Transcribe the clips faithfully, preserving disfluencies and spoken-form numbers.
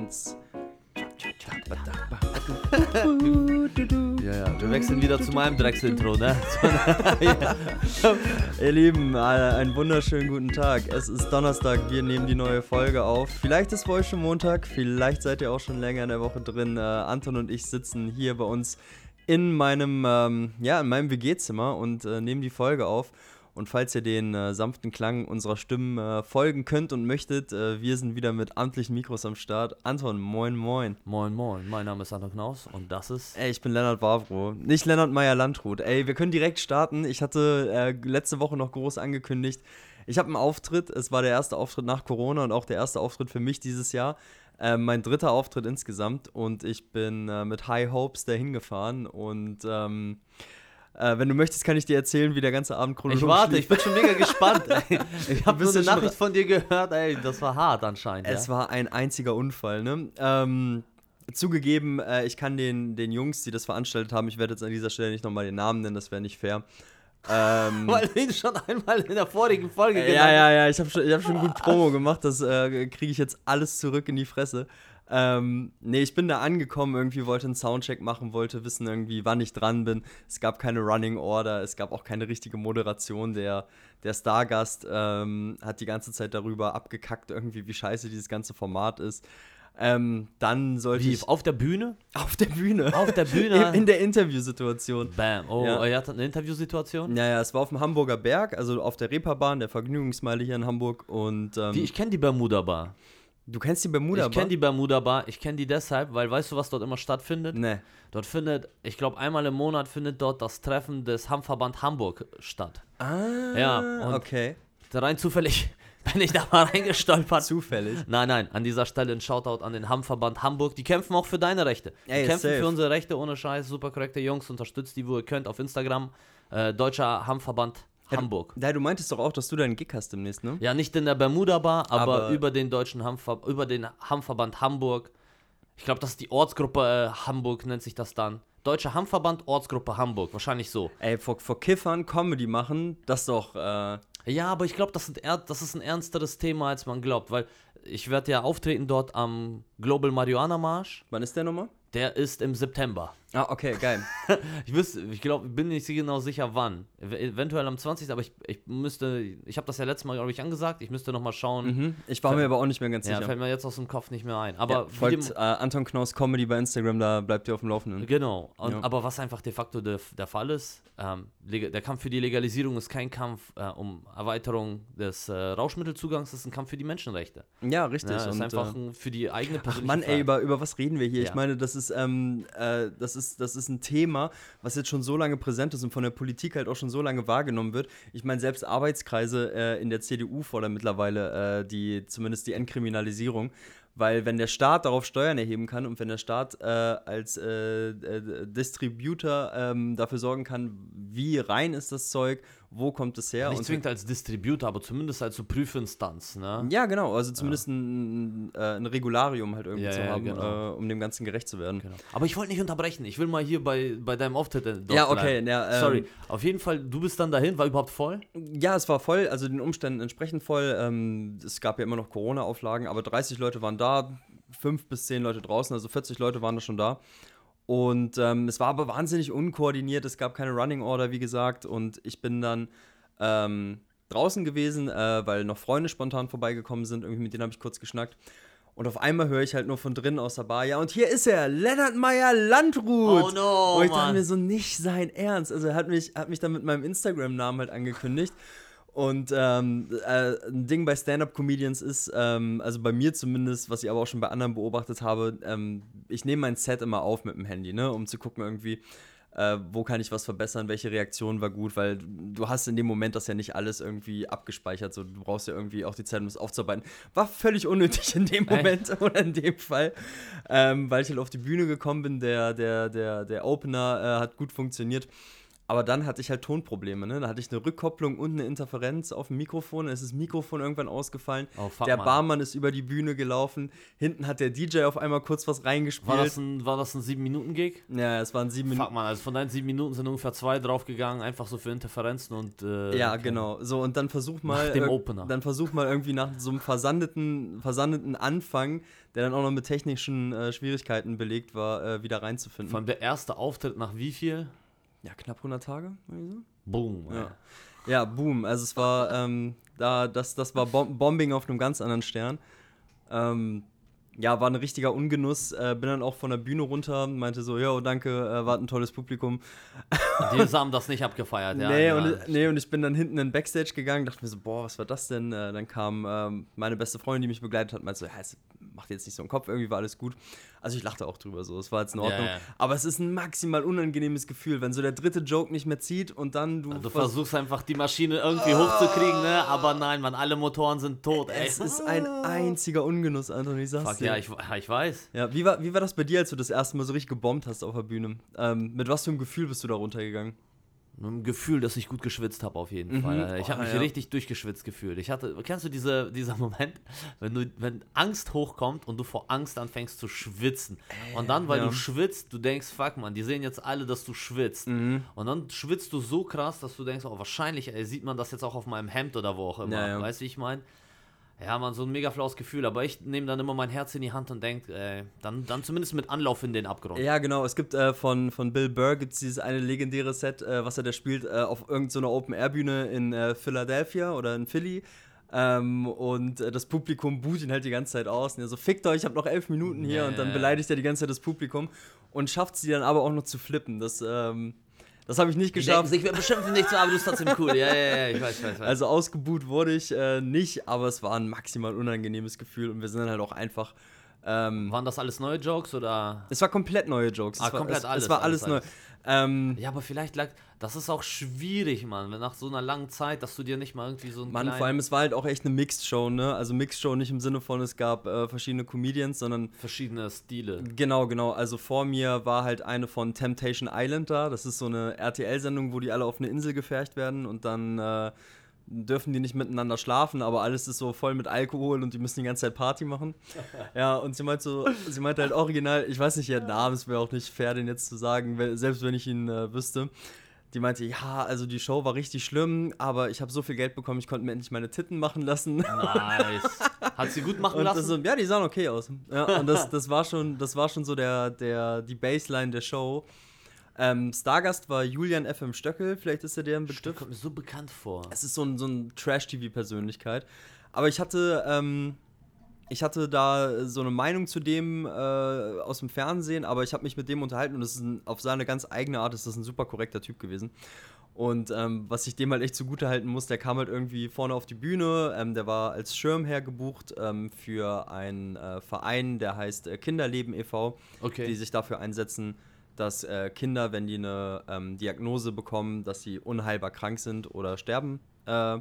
eins. Ja, ja, wir wechseln wieder zu meinem Drecksintro, ne? Ja. Ihr Lieben, äh, einen wunderschönen guten Tag. Es ist Donnerstag, wir nehmen die neue Folge auf. Vielleicht ist für euch schon Montag, vielleicht seid ihr auch schon länger in der Woche drin. Äh, Anton und ich sitzen hier bei uns in meinem, ähm, ja, in meinem W G-Zimmer und äh, nehmen die Folge auf. Und falls ihr den äh, sanften Klang unserer Stimmen äh, folgen könnt und möchtet, äh, wir sind wieder mit amtlichen Mikros am Start. Anton, moin moin. Moin moin, mein Name ist Anton Knaus und das ist... Ey, ich bin Lennart Wawro, nicht Lennart Meyer-Landrut. Ey, wir können direkt starten. Ich hatte äh, letzte Woche noch groß angekündigt, ich habe einen Auftritt. Es war der erste Auftritt nach Corona und auch der erste Auftritt für mich dieses Jahr. Äh, mein dritter Auftritt insgesamt und ich bin äh, mit High Hopes dahin gefahren und... Ähm, Äh, wenn du möchtest, kann ich dir erzählen, wie der ganze Abend chronologisch Ich warte, lief. ich bin schon mega gespannt. Ey. Ich habe nur eine ja Nachricht von dir gehört, ey, das war hart anscheinend. Es ja? war ein einziger Unfall, ne? Ähm, zugegeben, äh, ich kann den, den Jungs, die das veranstaltet haben, ich werde jetzt an dieser Stelle nicht nochmal den Namen nennen, das wäre nicht fair. Ähm, Weil du ihn schon einmal in der vorigen Folge äh, genannt hast. Ja, ja, ja, ich habe schon, ich hab schon gut Promo gemacht, das äh, kriege ich jetzt alles zurück in die Fresse. Ähm, nee, ich bin da angekommen, irgendwie wollte einen Soundcheck machen, wollte wissen irgendwie, wann ich dran bin. Es gab keine Running Order, es gab auch keine richtige Moderation. Der, der Stargast ähm, hat die ganze Zeit darüber abgekackt, irgendwie, wie scheiße dieses ganze Format ist. Ähm, dann sollte Wie, ich... auf der Bühne? Auf der Bühne. Auf der Bühne? in, in der Interviewsituation. Bam, oh, Ja. ihr hattet eine Interviewsituation? Ja, ja, es war auf dem Hamburger Berg, also auf der Reeperbahn, der Vergnügungsmeile hier in Hamburg. Und ähm, Die, ich kenne die Bermuda Bar. du kennst die Bermuda Bar? Ich kenne die Bermuda Bar, ich kenne die deshalb, weil weißt du, was dort immer stattfindet? Nee. Dort findet, ich glaube einmal im Monat findet dort das Treffen des Hammverband Hamburg statt. Ah, Ja, und okay. Da rein zufällig bin ich da mal reingestolpert. Zufällig. Nein, nein, an dieser Stelle ein Shoutout an den Hammverband Hamburg. Die kämpfen auch für deine Rechte. Die Ey, kämpfen safe. für unsere Rechte, ohne Scheiß. Super korrekte Jungs, unterstützt die, wo ihr könnt, auf Instagram. Äh, Deutscher Hammverband Hamburg. Ja, du meintest doch auch, dass du deinen Gig hast demnächst, ne? Ja, nicht in der Bermuda Bar, aber, Aber- über den deutschen Hammver über den Hammverband Hamburg. Ich glaube, das ist die Ortsgruppe äh, Hamburg, nennt sich das dann. Deutscher Hammverband, Ortsgruppe Hamburg, wahrscheinlich so. Ey, vor, vor Kiffern Comedy machen, das doch, äh, Ja, aber ich glaube, das, sind er- das ist ein ernsteres Thema, als man glaubt, weil ich werde ja auftreten dort am Global Marihuana Marsch. wann ist der nochmal? Der ist im September. Ah, okay, geil. Ich wüsste, ich glaube, bin nicht genau sicher wann. Ev- Eventuell am zwanzigsten aber ich, ich müsste, ich habe das ja letztes Mal, glaube ich, angesagt, ich müsste nochmal schauen. Mhm. Ich war mir aber auch nicht mehr ganz Ja, sicher. fällt mir jetzt aus dem Kopf nicht mehr ein. Aber Ja, wie folgt dem- äh, Anton Knaus Comedy bei Instagram, da bleibt ihr auf dem Laufenden. Genau, und, Ja. aber was einfach de facto der, der Fall ist, ähm, leg- der Kampf für die Legalisierung ist kein Kampf äh, um Erweiterung des äh, Rauschmittelzugangs, das ist ein Kampf für die Menschenrechte. Ja, richtig. Ja, das ist und, einfach äh, ein, für die eigene Ach persönliche Mann, ey, Freiheit. über, über was reden wir hier? Ja. Ich meine, das ist, ähm, äh, das, ist, das ist ein Thema, was jetzt schon so lange präsent ist und von der Politik halt auch schon so lange wahrgenommen wird. Ich meine, selbst Arbeitskreise äh, in der C D U fordern mittlerweile äh, die, zumindest die Entkriminalisierung. Weil wenn der Staat darauf Steuern erheben kann und wenn der Staat äh, als äh, äh, Distributor ähm, dafür sorgen kann, wie rein ist das Zeug, wo kommt es her. Nicht und zwingend als Distributor, aber zumindest als so Prüfinstanz, ne? ja, genau, also zumindest ein, äh, ein Regularium halt irgendwie Ja, zu ja, haben, genau. äh, um dem Ganzen gerecht zu werden. Genau. Aber ich wollte nicht unterbrechen. Ich will mal hier bei, bei deinem Auftritt äh, dort Ja, okay, bleiben. ja, ähm, Sorry. Auf jeden Fall, du bist dann dahin, war überhaupt voll? Ja, es war voll, also den Umständen entsprechend voll. Ähm, es gab ja immer noch Corona-Auflagen, aber dreißig Leute waren da, fünf bis zehn Leute draußen, also vierzig Leute waren da schon da. Und ähm, es war aber wahnsinnig unkoordiniert, es gab keine Running Order, wie gesagt. Und ich bin dann ähm, draußen gewesen, äh, weil noch Freunde spontan vorbeigekommen sind. Irgendwie mit denen habe ich kurz geschnackt. Und auf einmal höre ich halt nur von drinnen aus der Bar, ja, und hier ist er, Lennart Meyer-Landrut. Oh no, Und ich dachte Mann. mir so, nicht sein Ernst. Also er hat mich, hat mich dann mit meinem Instagram-Namen halt angekündigt. Und ähm, äh, ein Ding bei Stand-Up-Comedians ist, ähm, also bei mir zumindest, was ich aber auch schon bei anderen beobachtet habe, ähm, ich nehme mein Set immer auf mit dem Handy, ne, um zu gucken irgendwie, äh, wo kann ich was verbessern, welche Reaktion war gut, weil du hast in dem Moment das ja nicht alles irgendwie abgespeichert, so du brauchst ja irgendwie auch die Zeit, um es aufzuarbeiten. War völlig unnötig in dem Moment Echt? oder in dem Fall, ähm, weil ich halt auf die Bühne gekommen bin, der, der, der, der Opener äh, hat gut funktioniert. Aber dann hatte ich halt Tonprobleme, ne? Da hatte ich eine Rückkopplung und eine Interferenz auf dem Mikrofon. Dann ist das Mikrofon irgendwann ausgefallen. Oh, fuck, der Mann. Barmann ist über die Bühne gelaufen. Hinten hat der D J auf einmal kurz was reingespielt. War das ein, war das ein sieben Minuten Gig? Ja, es waren sieben Fuck, Minuten. man, also von deinen sieben Minuten sind ungefähr zwei draufgegangen, einfach so für Interferenzen und. Äh, Ja, okay. genau. So, und dann versuch mal. Nach dem irg- Opener. Dann versuch mal irgendwie nach so einem versandeten, versandeten Anfang, der dann auch noch mit technischen äh, Schwierigkeiten belegt war, äh, wieder reinzufinden. Vor allem der erste Auftritt nach wie viel? Ja, knapp hundert Tage, würde ich sagen. Boom. Ja. Ja, boom. Also es war, ähm, da, das, das war Bom- Bombing auf einem ganz anderen Stern. Ähm, ja, war ein richtiger Ungenuss. Äh, bin dann auch von der Bühne runter, meinte so, jo, danke, äh, war ein tolles Publikum. Die haben das nicht abgefeiert, ja. nee, ja. und, nee, und ich bin dann hinten in den Backstage gegangen, dachte mir so, boah, was war das denn? Äh, dann kam ähm, meine beste Freundin, die mich begleitet hat, meinte so, ja, es macht jetzt nicht so einen Kopf, irgendwie war alles gut. Also ich lachte auch drüber so, es war jetzt in Ordnung. Ja, ja. Aber es ist ein maximal unangenehmes Gefühl, wenn so der dritte Joke nicht mehr zieht und dann du... Du vers- versuchst einfach die Maschine irgendwie hochzukriegen, ne? Aber nein, man, alle Motoren sind tot, ey. Es ist ein einziger Ungenuss, Anton, ich sag's Fuck, dir. ja, ich, ich weiß. Ja, wie war, wie war das bei dir, als du das erste Mal so richtig gebombt hast auf der Bühne? Ähm, mit was für einem Gefühl bist du da runtergegangen? Nur ein Gefühl, dass ich gut geschwitzt habe auf jeden Mhm. Fall. Ich habe Oh, mich ja. richtig durchgeschwitzt gefühlt. Ich hatte, kennst du diese, dieser Moment, wenn du, wenn Angst hochkommt und du vor Angst anfängst zu schwitzen und dann, weil ja. du schwitzt, du denkst, fuck man, die sehen jetzt alle, dass du schwitzt Mhm. und dann schwitzt du so krass, dass du denkst, oh wahrscheinlich ey, sieht man das jetzt auch auf meinem Hemd oder wo auch immer. Ja, ja. Weißt du, wie ich meine? Ja, man, so ein mega flaues Gefühl, aber ich nehme dann immer mein Herz in die Hand und denke, äh, dann, dann zumindest mit Anlauf in den Abgrund. Ja, genau. Es gibt äh, von, von Bill Burr gibt's dieses eine legendäre Set, äh, was er da spielt, äh, auf irgendeiner Open-Air-Bühne in äh, Philadelphia oder in Philly. Ähm, und äh, das Publikum buht ihn halt die ganze Zeit aus. Und er so, fickt euch, ich hab noch elf Minuten hier. Ja, und dann ja, ja. beleidigt er die ganze Zeit das Publikum und schafft sie dann aber auch noch zu flippen. Das, ähm, das habe ich nicht Die denken geschafft. sich, wir beschimpfen nicht so, aber du bist trotzdem cool. Ja, ja, ja, ich weiß, ich weiß. Ich weiß. Also ausgebuht wurde ich äh, nicht, aber es war ein maximal unangenehmes Gefühl und wir sind dann halt auch einfach. Ähm, Waren das alles neue Jokes oder? es war komplett neue Jokes. Ah, es war, komplett es, alles, Es war alles, alles, neu. Ähm, Ja, aber vielleicht lag. Das ist auch schwierig, Mann, wenn nach so einer langen Zeit, dass du dir nicht mal irgendwie so einen Mann, kleinen, vor allem, es war halt auch echt eine Mixed-Show, ne? Also Mixed-Show nicht im Sinne von, es gab äh, verschiedene Comedians, sondern verschiedene Stile. genau, genau. Also vor mir war halt eine von Temptation Island da. Das ist so eine R T L-Sendung, wo die alle auf eine Insel gefercht werden und dann äh, dürfen die nicht miteinander schlafen, aber alles ist so voll mit Alkohol und die müssen die ganze Zeit Party machen. Ja, und sie meinte so, sie meinte halt original, ich weiß nicht ihren Namen, es wäre auch nicht fair, den jetzt zu sagen, we- selbst wenn ich ihn äh, wüsste. Die meinte, ja, also die Show war richtig schlimm, aber ich habe so viel Geld bekommen, ich konnte mir endlich meine Titten machen lassen. Nice. Hat sie gut machen Und lassen? das so, ja, die sahen okay aus. Ja, und das, das war schon, das war schon so der, der, die Baseline der Show. Ähm, Stargast war Julian F M. Stöckel, vielleicht ist er der im Das Begriff. kommt mir so bekannt vor. Es ist so ein, so ein Trash-T V-Persönlichkeit. Aber ich hatte, ähm, ich hatte da so eine Meinung zu dem äh, aus dem Fernsehen, aber ich habe mich mit dem unterhalten und das ist ein, auf seine ganz eigene Art ist das ein super korrekter Typ gewesen. Und ähm, was ich dem halt echt zugute halten muss, der kam halt irgendwie vorne auf die Bühne, ähm, der war als Schirmherr gebucht ähm, für einen äh, Verein, der heißt äh, Kinderleben e V, Okay. die sich dafür einsetzen, dass äh, Kinder, wenn die eine ähm, Diagnose bekommen, dass sie unheilbar krank sind oder sterben, äh,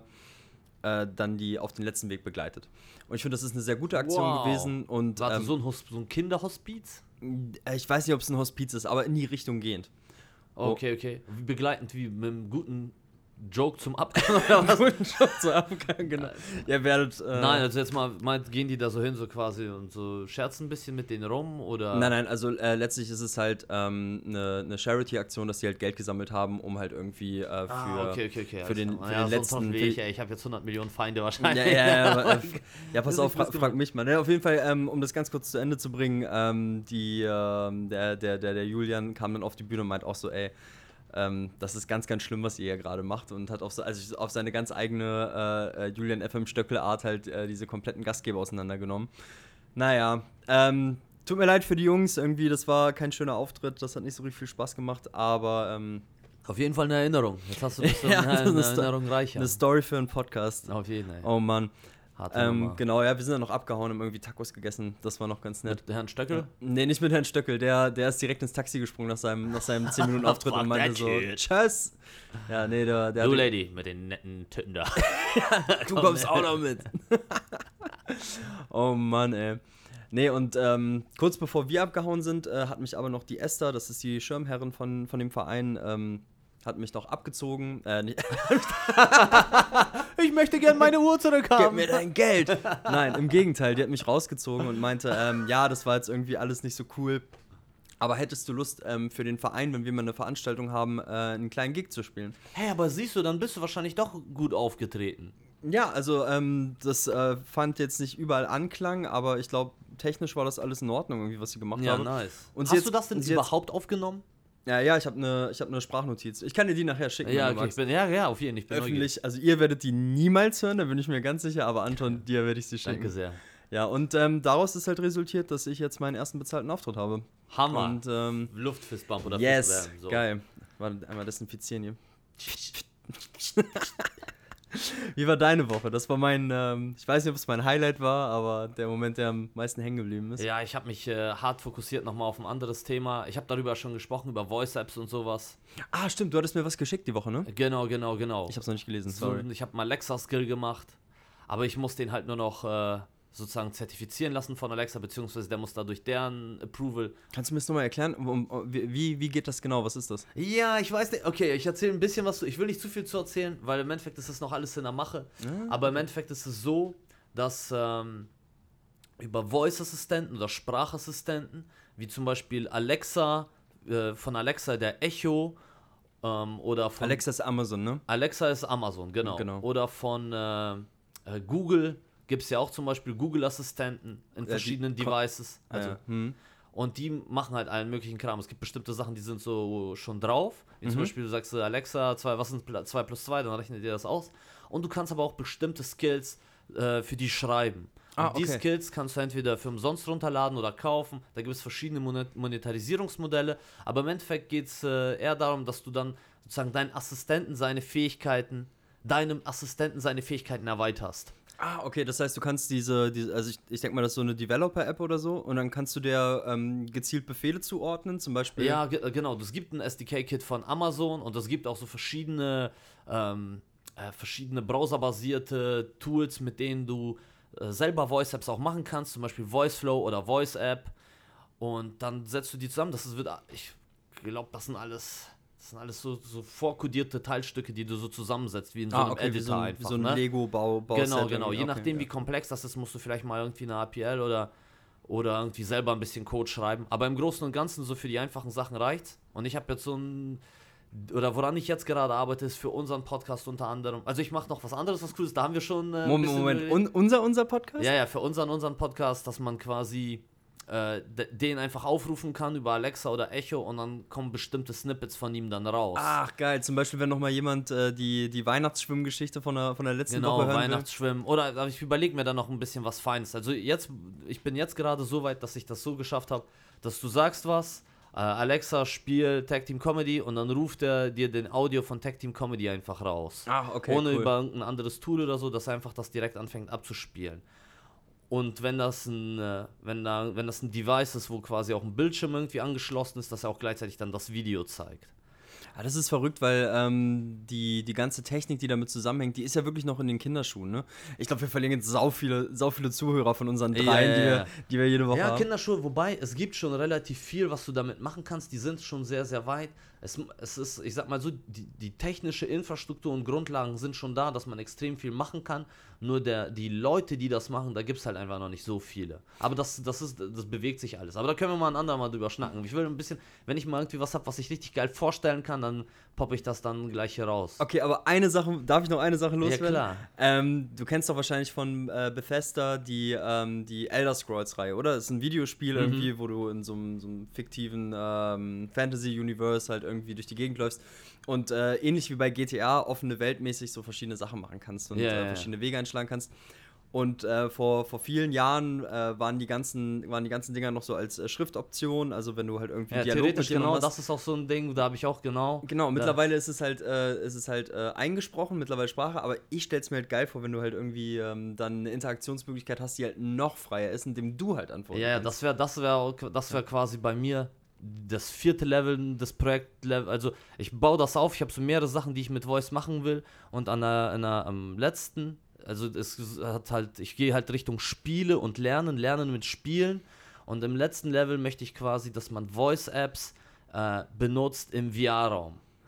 äh, dann die auf den letzten Weg begleitet. Und ich finde, das ist eine sehr gute Aktion Wow. gewesen. Und Warte, ähm, so, ein Hos- so ein Kinderhospiz? äh, ich weiß nicht, ob es ein Hospiz ist, aber in die Richtung gehend. Okay, okay. Wie begleitend, wie mit einem guten Joke zum Abgang oder was? Guten Job zu Abgang, genau. Ihr werdet. Äh, Nein, also jetzt mal, meint, gehen die da so hin, so quasi und so scherzen ein bisschen mit denen rum oder? Nein, nein, also äh, letztlich ist es halt ähm, eine, eine Charity-Aktion, dass sie halt Geld gesammelt haben, um halt irgendwie äh, für, Ah, okay, okay, okay. für den, alles für klar. den ja, letzten. sonst Für wie ich, die, ey. Ich habe jetzt hundert Millionen Feinde ja, wahrscheinlich. ja, ja, aber, äh, ja, pass Das auf, ist fra nicht frag mich mal. Ne? Auf jeden Fall, ähm, um das ganz kurz zu Ende zu bringen, ähm, die, ähm, der, der, der, der Julian kam dann auf die Bühne und meint auch so, ey, ähm, das ist ganz, ganz schlimm, was ihr hier gerade macht und hat auf, so, also auf seine ganz eigene äh, Julian F M. Stöckel-Art halt äh, diese kompletten Gastgeber auseinandergenommen. Naja, ähm, tut mir leid für die Jungs, irgendwie, das war kein schöner Auftritt, das hat nicht so richtig viel Spaß gemacht, aber ähm, Auf jeden Fall eine Erinnerung. Jetzt hast du ein bisschen Ja, eine, das ist eine eine Sto- Erinnerung reicher. eine Story für einen Podcast. Auf jeden Fall. Oh Mann. Harte Ähm, Nummer. genau, ja, wir sind dann noch abgehauen, haben irgendwie Tacos gegessen. Das war noch ganz nett. Mit Herrn Stöckel? Nee, nicht mit Herrn Stöckel. Der, der ist direkt ins Taxi gesprungen nach seinem, nach seinem zehn Minuten Auftritt Fuck und meinte that so, shit. tschüss. Ja, nee, der, der Du hatte- Lady mit den netten Tüten da. du kommst auch noch mit. Oh Mann, ey. Nee, und ähm, kurz bevor wir abgehauen sind, äh, hat mich aber noch die Esther, das ist die Schirmherrin von, von dem Verein, ähm, hat mich doch abgezogen. Äh, nicht, Ich möchte gerne meine Uhr gib zurückhaben. mir dein Geld. Nein, im Gegenteil, die hat mich rausgezogen und meinte, ähm, ja, das war jetzt irgendwie alles nicht so cool. Aber hättest du Lust, ähm, für den Verein, wenn wir mal eine Veranstaltung haben, äh, einen kleinen Gig zu spielen? Hey, aber siehst du, dann bist du wahrscheinlich doch gut aufgetreten. Ja, also ähm, das äh, fand jetzt nicht überall Anklang, aber ich glaube, technisch war das alles in Ordnung, irgendwie, was sie gemacht Ja, haben. nice. Und Hast sie jetzt- du das denn sie jetzt- überhaupt aufgenommen? Ja, ja, ich habe eine hab ne Sprachnotiz. Ich kann dir die nachher schicken, Ja, wenn du okay, ich magst. bin, ja, ja, auf jeden Fall. Ich bin neugierig. Öffentlich, also ihr werdet die niemals hören, da bin ich mir ganz sicher, aber Anton, dir werde ich sie schicken. Danke sehr. Ja, und ähm, daraus ist halt resultiert, dass ich jetzt meinen ersten bezahlten Auftritt habe. Hammer. Und ähm, Luftfistbump oder yes, Fistwärmen, so. geil. Warte, einmal desinfizieren hier. Wie war deine Woche? Das war mein, ähm, ich weiß nicht, ob es mein Highlight war, aber der Moment, der am meisten hängen geblieben ist. Ja, ich habe mich äh, hart fokussiert nochmal auf ein anderes Thema. Ich habe darüber schon gesprochen, über Voice-Apps und sowas. Ah, stimmt, du hattest mir was geschickt die Woche, ne? Genau, genau, genau. Ich hab's noch nicht gelesen, so, sorry. ich habe einen Alexa-Skill gemacht, aber ich muss den halt nur noch äh, sozusagen zertifizieren lassen von Alexa, beziehungsweise der muss da durch deren Approval. Kannst du mir das nochmal erklären? Um, um, wie, wie geht das genau? Was ist das? Ja, ich weiß nicht. Okay, ich erzähle ein bisschen was. Zu, ich will nicht zu viel zu erzählen, weil im Endeffekt ist das noch alles in der Mache. Ah, Aber im Endeffekt ist es so, dass ähm, über Voice-Assistenten oder Sprachassistenten, wie zum Beispiel Alexa, äh, von Alexa der Echo ähm, oder von... Alexa ist Amazon, ne? Alexa ist Amazon, genau. Genau. Oder von äh, äh, Google gibt es ja auch zum Beispiel Google-Assistenten in die verschiedenen ko- Devices. Also, Also, ja. hm. Und die machen halt allen möglichen Kram. Es gibt bestimmte Sachen, die sind so schon drauf. Wie zum Mhm. Beispiel, du sagst äh, Alexa, zwei, was sind zwei plus zwei, dann rechnet dir das aus. Und du kannst aber auch bestimmte Skills äh, für die schreiben. Ah, Und die okay. Skills kannst du entweder für umsonst runterladen oder kaufen. Da gibt es verschiedene Monet- Monetarisierungsmodelle. Aber im Endeffekt geht es äh, eher darum, dass du dann sozusagen deinen Assistenten seine Fähigkeiten, deinem Assistenten seine Fähigkeiten erweiterst. Ah, okay, das heißt, du kannst diese, diese also ich, ich denke mal, das ist so eine Developer-App oder so und dann kannst du dir ähm, gezielt Befehle zuordnen, zum Beispiel. Ja, ge- genau. Es gibt ein S D K-Kit von Amazon und es gibt auch so verschiedene, ähm, äh, verschiedene browserbasierte Tools, mit denen du äh, selber Voice-Apps auch machen kannst, zum Beispiel VoiceFlow oder Voice-App. Und dann setzt du die zusammen. Das ist, wird, ich glaube, das sind alles, das sind alles so, so vorkodierte Teilstücke, die du so zusammensetzt, wie in so einem ah, okay, Editor wie so ein, einfach. wie so ein ne? Lego-Bau. Genau, genau. Je okay, nachdem, ja. wie komplex das ist, musst du vielleicht mal irgendwie eine A P I oder, oder irgendwie selber ein bisschen Code schreiben. Aber im Großen und Ganzen, so für die einfachen Sachen reicht's. Und ich habe jetzt so ein, oder woran ich jetzt gerade arbeite, ist für unseren Podcast unter anderem. Also ich mache noch was anderes, was cool ist. Da haben wir schon. Äh, ein Moment, bisschen Moment. überlegt. Un, unser, unser Podcast? Ja, ja, für unseren, unseren Podcast, dass man quasi äh, d- den einfach aufrufen kann über Alexa oder Echo und dann kommen bestimmte Snippets von ihm dann raus. Ach, geil. Zum Beispiel, wenn nochmal jemand äh, die, die Weihnachtsschwimmgeschichte von der, von der letzten Genau, Woche hören Weihnachtsschwimmen. Oder aber ich überlege mir dann noch ein bisschen was Feines. Also jetzt, ich bin jetzt gerade so weit, dass ich das so geschafft habe, dass du sagst was, äh, Alexa, spiel Tag Team Comedy und dann ruft er dir den Audio von Tag Team Comedy einfach raus. will. Ah, okay, Ohne cool. über irgendein anderes Tool oder so, dass er einfach das direkt anfängt abzuspielen. Und wenn das ein, äh, wenn da, wenn das ein Device ist, wo quasi auch ein Bildschirm irgendwie angeschlossen ist, dass er auch gleichzeitig dann das Video zeigt. Ja, das ist verrückt, weil ähm, die, die ganze Technik, die damit zusammenhängt, die ist ja wirklich noch in den Kinderschuhen, ne? Ich glaube, wir verlieren jetzt sau viele, sau viele Zuhörer von unseren Ja, dreien, ja, die, ja. wir, die wir jede Woche Ja, haben. Kinderschuhe, wobei es gibt schon relativ viel, was du damit machen kannst. Die sind schon sehr, sehr weit. Es, es ist, ich sag mal so, die, die technische Infrastruktur und Grundlagen sind schon da, dass man extrem viel machen kann. Nur der, die Leute, die das machen, da gibt es halt einfach noch nicht so viele. Aber das, das, ist, das bewegt sich alles. Aber da können wir mal ein andermal drüber schnacken. Ich will ein bisschen, wenn ich mal irgendwie was habe, was ich richtig geil vorstellen kann, dann poppe ich das dann gleich hier raus. Okay, aber eine Sache, darf ich noch eine Sache loswerden? klar. Ähm, du kennst doch wahrscheinlich von äh, Bethesda die, ähm, die Elder Scrolls-Reihe, oder? Das ist ein Videospiel Mhm. irgendwie, wo du in so einem so einem fiktiven ähm, Fantasy-Universe halt irgendwie durch die Gegend läufst und äh, ähnlich wie bei G T A offene Weltmäßig so verschiedene Sachen machen kannst und Ja, äh, ja, ja. verschiedene Wege einschlagen kannst. Und äh, vor, vor vielen Jahren äh, waren, die ganzen, waren die ganzen Dinger noch so als äh, Schriftoption, also wenn du halt irgendwie Ja, Dialog theoretisch mit jemandem genau, hast. das ist auch so ein Ding, da habe ich auch genau. Genau, da, mittlerweile ist es halt, äh, ist es halt äh, eingesprochen, mittlerweile Sprache, aber ich stell's mir halt geil vor, wenn du halt irgendwie ähm, dann eine Interaktionsmöglichkeit hast, die halt noch freier ist, indem du halt antworten Ja, ja, kannst. das wäre das wär, das wär quasi bei mir das vierte Level des Projektlevel. Also ich baue das auf, ich habe so mehrere Sachen, die ich mit Voice machen will und an der, an der, am letzten, also es hat halt, ich gehe halt Richtung Spiele und Lernen, Lernen mit Spielen und im letzten Level möchte ich quasi, dass man Voice-Apps äh, benutzt im V R-Raum.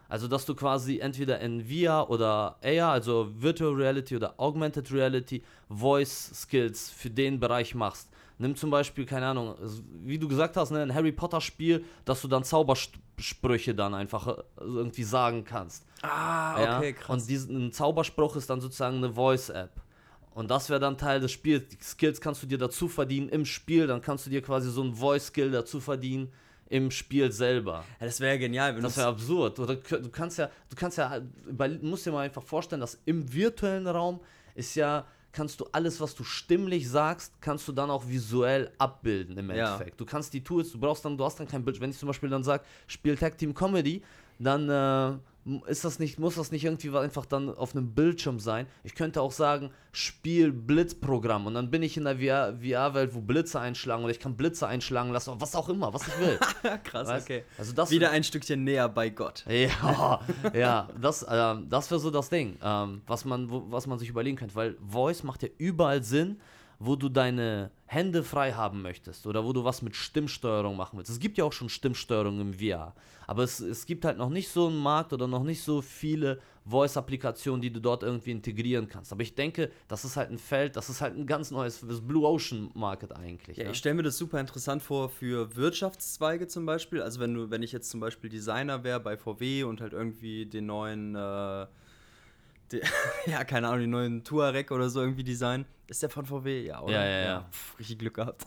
Also, dass du quasi entweder in V R oder A R, also Virtual Reality oder Augmented Reality, Voice Skills für den Bereich machst. Nimm zum Beispiel, keine Ahnung, wie du gesagt hast, ne, ein Harry Potter Spiel, dass du dann Zaubersprüche dann einfach irgendwie sagen kannst. Ah, okay, ja? krass. Und diesen Zauberspruch ist dann sozusagen eine Voice-App. Und das wäre dann Teil des Spiels. Die Skills kannst du dir dazu verdienen im Spiel, dann kannst du dir quasi so einen Voice-Skill dazu verdienen im Spiel selber. Ja, das wäre ja genial. Wenn das wäre absurd. Oder du kannst ja, du kannst ja, du musst dir mal einfach vorstellen, dass im virtuellen Raum ist ja, kannst du alles, was du stimmlich sagst, kannst du dann auch visuell abbilden im Endeffekt. Ja. Du kannst die Tools, du brauchst dann, du hast dann kein Bild. Wenn ich zum Beispiel dann sage, spiel Tag Team Comedy, dann äh, ist das nicht, muss das nicht irgendwie einfach dann auf einem Bildschirm sein. Ich könnte auch sagen, spiel Blitzprogramm und dann bin ich in der V R-Welt, wo Blitze einschlagen oder ich kann Blitze einschlagen lassen, was auch immer, was ich will. Krass, weißt? Okay. Also das wieder ein Stückchen näher bei Gott. Ja, ja, das, ähm, das wäre so das Ding, ähm, was man, wo, was man sich überlegen könnte, weil Voice macht ja überall Sinn, wo du deine Hände frei haben möchtest oder wo du was mit Stimmsteuerung machen willst. Es gibt ja auch schon Stimmsteuerung im V R, aber es, es gibt halt noch nicht so einen Markt oder noch nicht so viele Voice-Applikationen, die du dort irgendwie integrieren kannst. Aber ich denke, das ist halt ein Feld, das ist halt ein ganz neues, das Blue Ocean Market eigentlich. Ja, ne? Ich stelle mir das super interessant vor für Wirtschaftszweige zum Beispiel. Also wenn du, wenn ich jetzt zum Beispiel Designer wäre bei V W und halt irgendwie den neuen, äh, die, ja, keine Ahnung, den neuen Touareg oder so irgendwie design. Ist der von V W? Ja, oder? Ja, ja, ja. ja pf, richtig Glück gehabt.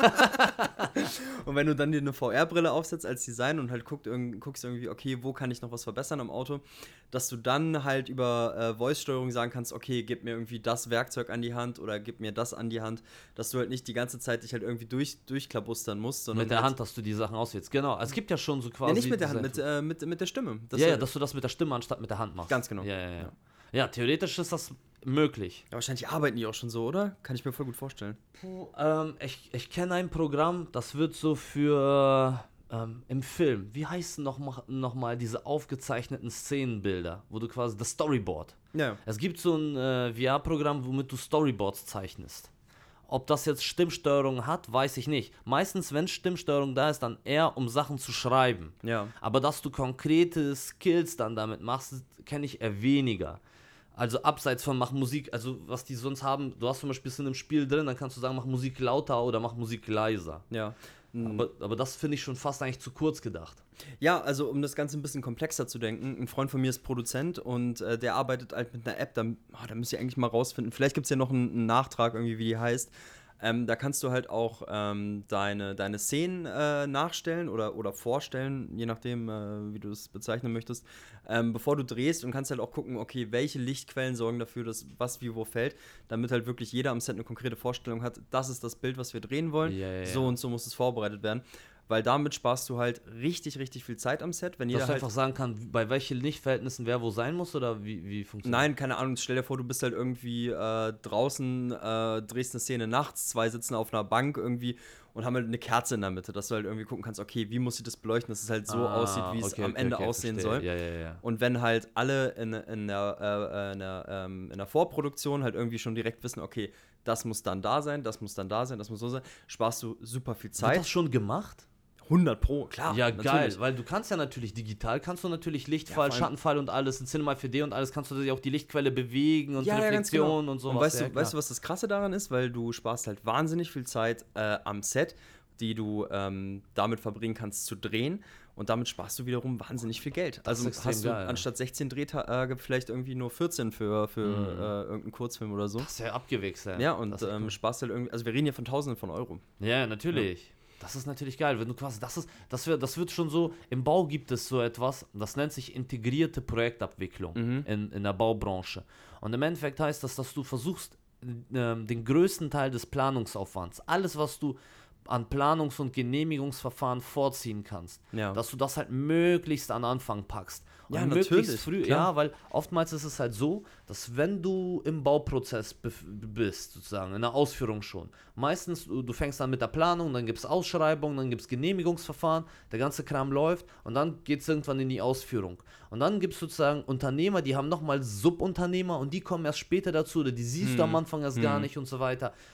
Und wenn du dann dir eine V R-Brille aufsetzt als Design und halt guckt, irg- guckst irgendwie, okay, wo kann ich noch was verbessern am Auto, dass du dann halt über äh, Voice-Steuerung sagen kannst, okay, gib mir irgendwie das Werkzeug an die Hand oder gib mir das an die Hand, dass du halt nicht die ganze Zeit dich halt irgendwie durch, durchklabustern musst, sondern Mit der halt, Hand, dass du die Sachen auswählst. Genau, es gibt ja schon so quasi... ja, nicht mit der Hand, diese- mit, äh, mit, mit der Stimme. Dass ja, du, ja, dass du das mit der Stimme anstatt mit der Hand machst. Ganz genau. Ja, ja, ja. Ja. Ja, theoretisch ist das möglich. Ja, wahrscheinlich arbeiten die auch schon so, oder? Kann ich mir voll gut vorstellen. Puh, ähm, ich ich kenne ein Programm, das wird so für ähm, im Film, wie heißen noch, mal- noch mal diese aufgezeichneten Szenenbilder, wo du quasi das Storyboard. Ja. Es gibt so ein äh, V R-Programm, womit du Storyboards zeichnest. Ob das jetzt Stimmsteuerung hat, weiß ich nicht. Meistens, wenn Stimmsteuerung da ist, dann eher, um Sachen zu schreiben. Ja. Aber dass du konkrete Skills dann damit machst, kenne ich eher weniger. Also abseits von mach Musik, also was die sonst haben, du hast zum Beispiel in einem Spiel drin, dann kannst du sagen, mach Musik lauter oder mach Musik leiser. Ja. Aber, aber das finde ich schon fast eigentlich zu kurz gedacht. Ja, also um das Ganze ein bisschen komplexer zu denken, ein Freund von mir ist Produzent und äh, der arbeitet halt mit einer App, da, oh, da müsst ihr eigentlich mal rausfinden, vielleicht gibt es ja noch einen, einen Nachtrag irgendwie, wie die heißt. Ähm, da kannst du halt auch ähm, deine, deine Szenen äh, nachstellen oder, oder vorstellen, je nachdem, äh, wie du es bezeichnen möchtest, ähm, bevor du drehst und kannst halt auch gucken, okay, welche Lichtquellen sorgen dafür, dass was wie wo fällt, damit halt wirklich jeder am Set eine konkrete Vorstellung hat, das ist das Bild, was wir drehen wollen, Ja, ja, so ja. und so muss es vorbereitet werden. Weil damit sparst du halt richtig, richtig viel Zeit am Set, wenn jeder Dass du halt... einfach sagen kann, bei welchen Lichtverhältnissen wer wo sein muss oder wie, wie funktioniert Nein, keine Ahnung, stell dir vor, du bist halt irgendwie äh, draußen, äh, drehst eine Szene nachts, zwei sitzen auf einer Bank irgendwie und haben halt eine Kerze in der Mitte, dass du halt irgendwie gucken kannst, okay, wie muss ich das beleuchten, dass es halt so Ah, aussieht, wie es okay, am okay, Ende okay, aussehen verstehe. soll. Ja, ja, ja. Und wenn halt alle in, in, der, äh, in, der, ähm, in der Vorproduktion halt irgendwie schon direkt wissen, okay, das muss dann da sein, das muss dann da sein, das muss so sein, sparst du super viel Wird Zeit. das schon gemacht? hundert Pro, klar. Ja, natürlich. geil, weil du kannst ja natürlich digital, kannst du natürlich Lichtfall, Ja, vor allem- Schattenfall und alles in Cinema vier D und alles, kannst du dir auch die Lichtquelle bewegen und Ja, ja, ganz genau. Reflexion und sowas. Und weißt, ja, du, weißt du, was das Krasse daran ist? Weil du sparst halt wahnsinnig viel Zeit äh, am Set, die du ähm, damit verbringen kannst zu drehen. Und damit sparst du wiederum wahnsinnig viel Geld. Das ist Also extrem hast du geil, ja. anstatt sechzehn Drehtage vielleicht irgendwie nur vierzehn für, für Mhm. äh, irgendeinen Kurzfilm oder so. Das ist ja abgewichst, ja. Ja, und Das ist ähm, cool. sparst halt irgendwie, also wir reden hier von Tausenden von Euro. Ja, natürlich. Das ist natürlich geil, wenn du quasi, das ist, das wird, das wird schon so, im Bau gibt es so etwas, das nennt sich integrierte Projektabwicklung Mhm. in, in der Baubranche. Und im Endeffekt heißt das, dass du versuchst, ähm, den größten Teil des Planungsaufwands, alles, was du an Planungs- und Genehmigungsverfahren vorziehen kannst, Ja. dass du das halt möglichst an Anfang packst. Und Ja, möglichst natürlich, früh, klar. ja, weil oftmals ist es halt so, dass wenn du im Bauprozess bef- bist, sozusagen, in der Ausführung schon, meistens, du, du fängst an mit der Planung, dann gibt es Ausschreibungen, dann gibt es Genehmigungsverfahren, der ganze Kram läuft und dann geht es irgendwann in die Ausführung. Und dann gibt es sozusagen Unternehmer, die haben nochmal Subunternehmer und die kommen erst später dazu oder die siehst du am Anfang erst gar nicht und so weiter.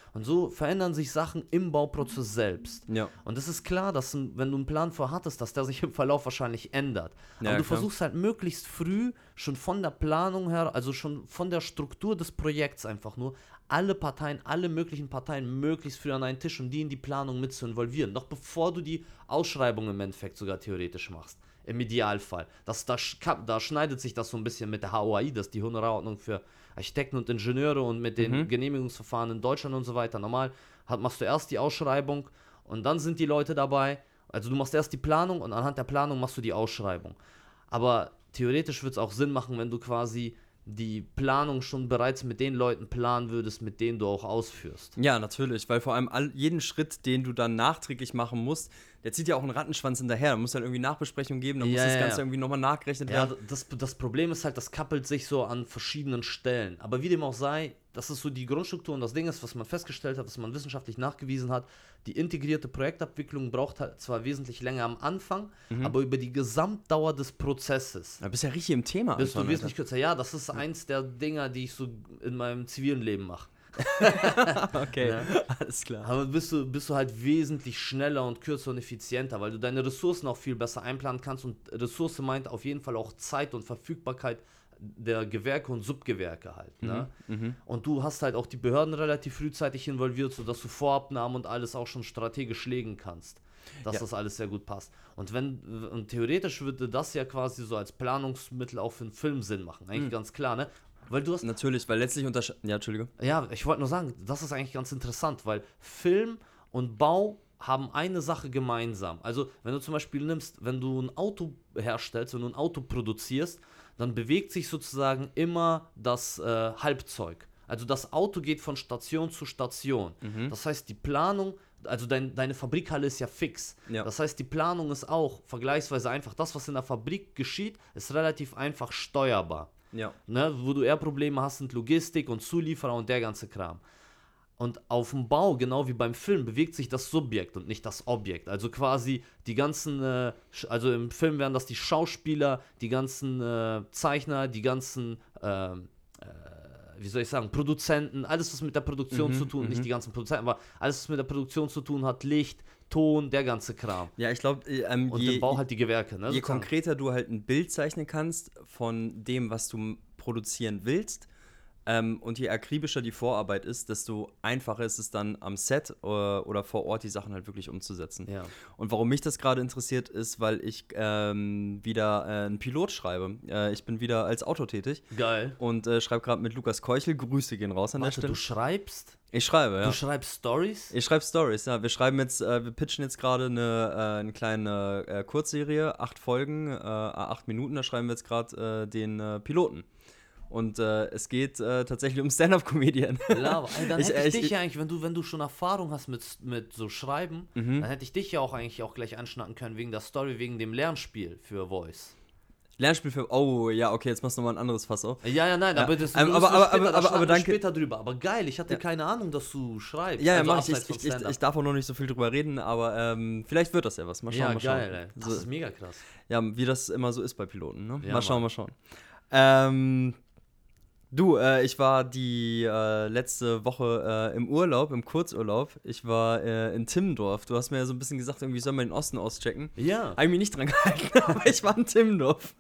Und so verändern sich Sachen im Bauprozess selbst. Ja. Und es ist klar, dass ein, wenn du einen Plan vorhattest, dass der sich im Verlauf wahrscheinlich ändert. Ja, Aber du klar. versuchst halt möglichst früh schon von der Planung her, also schon von der Struktur des Projekts einfach nur, alle Parteien, alle möglichen Parteien möglichst früh an einen Tisch, um die in die Planung mit zu involvieren. Noch bevor du die Ausschreibung im Endeffekt sogar theoretisch machst. Im Idealfall. Das, da, sch- da schneidet sich das so ein bisschen mit der H O A I, das ist die Honorarordnung für Architekten und Ingenieure und mit den Mhm. Genehmigungsverfahren in Deutschland und so weiter. Normal hat, machst du erst die Ausschreibung und dann sind die Leute dabei. Also du machst erst die Planung und anhand der Planung machst du die Ausschreibung. Aber theoretisch wird es auch Sinn machen, wenn du quasi die Planung schon bereits mit den Leuten planen würdest, mit denen du auch ausführst. Ja, natürlich, weil vor allem all, jeden Schritt, den du dann nachträglich machen musst, der zieht ja auch einen Rattenschwanz hinterher. Da muss dann irgendwie Nachbesprechung geben, dann Ja, muss das ja, Ganze ja. irgendwie nochmal nachgerechnet Ja, werden. das, das Problem ist halt, das kappelt sich so an verschiedenen Stellen. Aber wie dem auch sei, das ist so die Grundstruktur und das Ding ist, was man festgestellt hat, was man wissenschaftlich nachgewiesen hat, die integrierte Projektabwicklung braucht halt zwar wesentlich länger am Anfang, Mhm. aber über die Gesamtdauer des Prozesses Da bist du ja richtig im Thema. bist du Anton, wesentlich kürzer. Ja, das ist eins der Dinger, die ich so in meinem zivilen Leben mache. Alter. Okay, Ja. alles klar. Aber bist du, bist du halt wesentlich schneller und kürzer und effizienter, weil du deine Ressourcen auch viel besser einplanen kannst und Ressource meint auf jeden Fall auch Zeit und Verfügbarkeit der Gewerke und Subgewerke halt. Ne? Mhm. Und du hast halt auch die Behörden relativ frühzeitig involviert, sodass du Vorabnahmen und alles auch schon strategisch legen kannst, dass Ja. das alles sehr gut passt. Und wenn und theoretisch würde das ja quasi so als Planungsmittel auch für einen Film Sinn machen, eigentlich Mhm. ganz klar, ne? Weil du hast Natürlich, weil letztlich untersche... Ja, Entschuldige. ja, ich wollte nur sagen, das ist eigentlich ganz interessant, weil Film und Bau haben eine Sache gemeinsam. Also, wenn du zum Beispiel nimmst, wenn du ein Auto herstellst, wenn du ein Auto produzierst, dann bewegt sich sozusagen immer das äh, Halbzeug. Also das Auto geht von Station zu Station. Mhm. Das heißt, die Planung, also dein, deine Fabrikhalle ist ja fix. Ja. Das heißt, die Planung ist auch vergleichsweise einfach. Das, was in der Fabrik geschieht, ist relativ einfach steuerbar. Ja. Ne, wo du eher Probleme hast, sind Logistik und Zulieferer und der ganze Kram. Und auf dem Bau, genau wie beim Film, bewegt sich das Subjekt und nicht das Objekt. Also quasi die ganzen, äh, Sch- also im Film wären das die Schauspieler, die ganzen äh, Zeichner, die ganzen, ähm, äh, wie soll ich sagen, Produzenten, alles was mit der Produktion Mhm, zu tun, mhm. nicht die ganzen Produzenten, aber alles was mit der Produktion zu tun hat, Licht, Ton, der ganze Kram. Ja, ich glaube, ähm, Und je, im Bau halt die Gewerke. Ne, je sozusagen. konkreter du halt ein Bild zeichnen kannst von dem, was du m- produzieren willst, ähm, und je akribischer die Vorarbeit ist, desto einfacher ist es dann am Set oder, oder vor Ort die Sachen halt wirklich umzusetzen. Ja. Und warum mich das gerade interessiert, ist, weil ich ähm, wieder äh, einen Pilot schreibe. Äh, ich bin wieder als Autor tätig Geil. und äh, schreibe gerade mit Lukas Keuchel. Grüße gehen raus an Warte, der Stelle. du schreibst? Ich schreibe, ja. Du schreibst Stories? Ich schreibe Stories, ja. Wir schreiben jetzt, äh, wir pitchen jetzt gerade eine, äh, eine kleine äh, Kurzserie, acht Folgen, äh, acht Minuten, da schreiben wir jetzt gerade äh, den äh, Piloten. Und äh, es geht äh, tatsächlich um Stand-Up-Comedian. Lava. Ey, dann Ich- hätte ich, ich- dich ja eigentlich, wenn du, wenn du schon Erfahrung hast mit, mit so Schreiben, Mhm. dann hätte ich dich ja auch eigentlich auch gleich anschnacken können wegen der Story, wegen dem Lernspiel für Voice. Lernspiel für, oh, ja, okay, jetzt machst du nochmal ein anderes Fass auf. Ja, ja, nein, Ja. aber das Ähm, das aber- ist aber- später, aber- da aber- schnacken aber wir danke- später drüber. Aber geil, ich hatte Ja. keine Ahnung, dass du schreibst. Ja, ja, Also mach ich. abseits Ich, von ich, ich. Stand-up. ich darf auch noch nicht so viel drüber reden, aber ähm, vielleicht wird das ja was. Mal schauen, Ja, mal schauen. geil, ey. Das So, ist mega krass. ja, wie das immer so ist bei Piloten, ne? Ja, mal schauen, Mann. mal schauen. Ähm, du, äh, ich war die äh, letzte Woche äh, im Urlaub, im Kurzurlaub. Ich war äh, in Timmendorf. Du hast mir ja so ein bisschen gesagt, irgendwie soll man den Osten auschecken. Ja. Habe ich mich nicht dran gehalten, aber ich war in Timmendorf.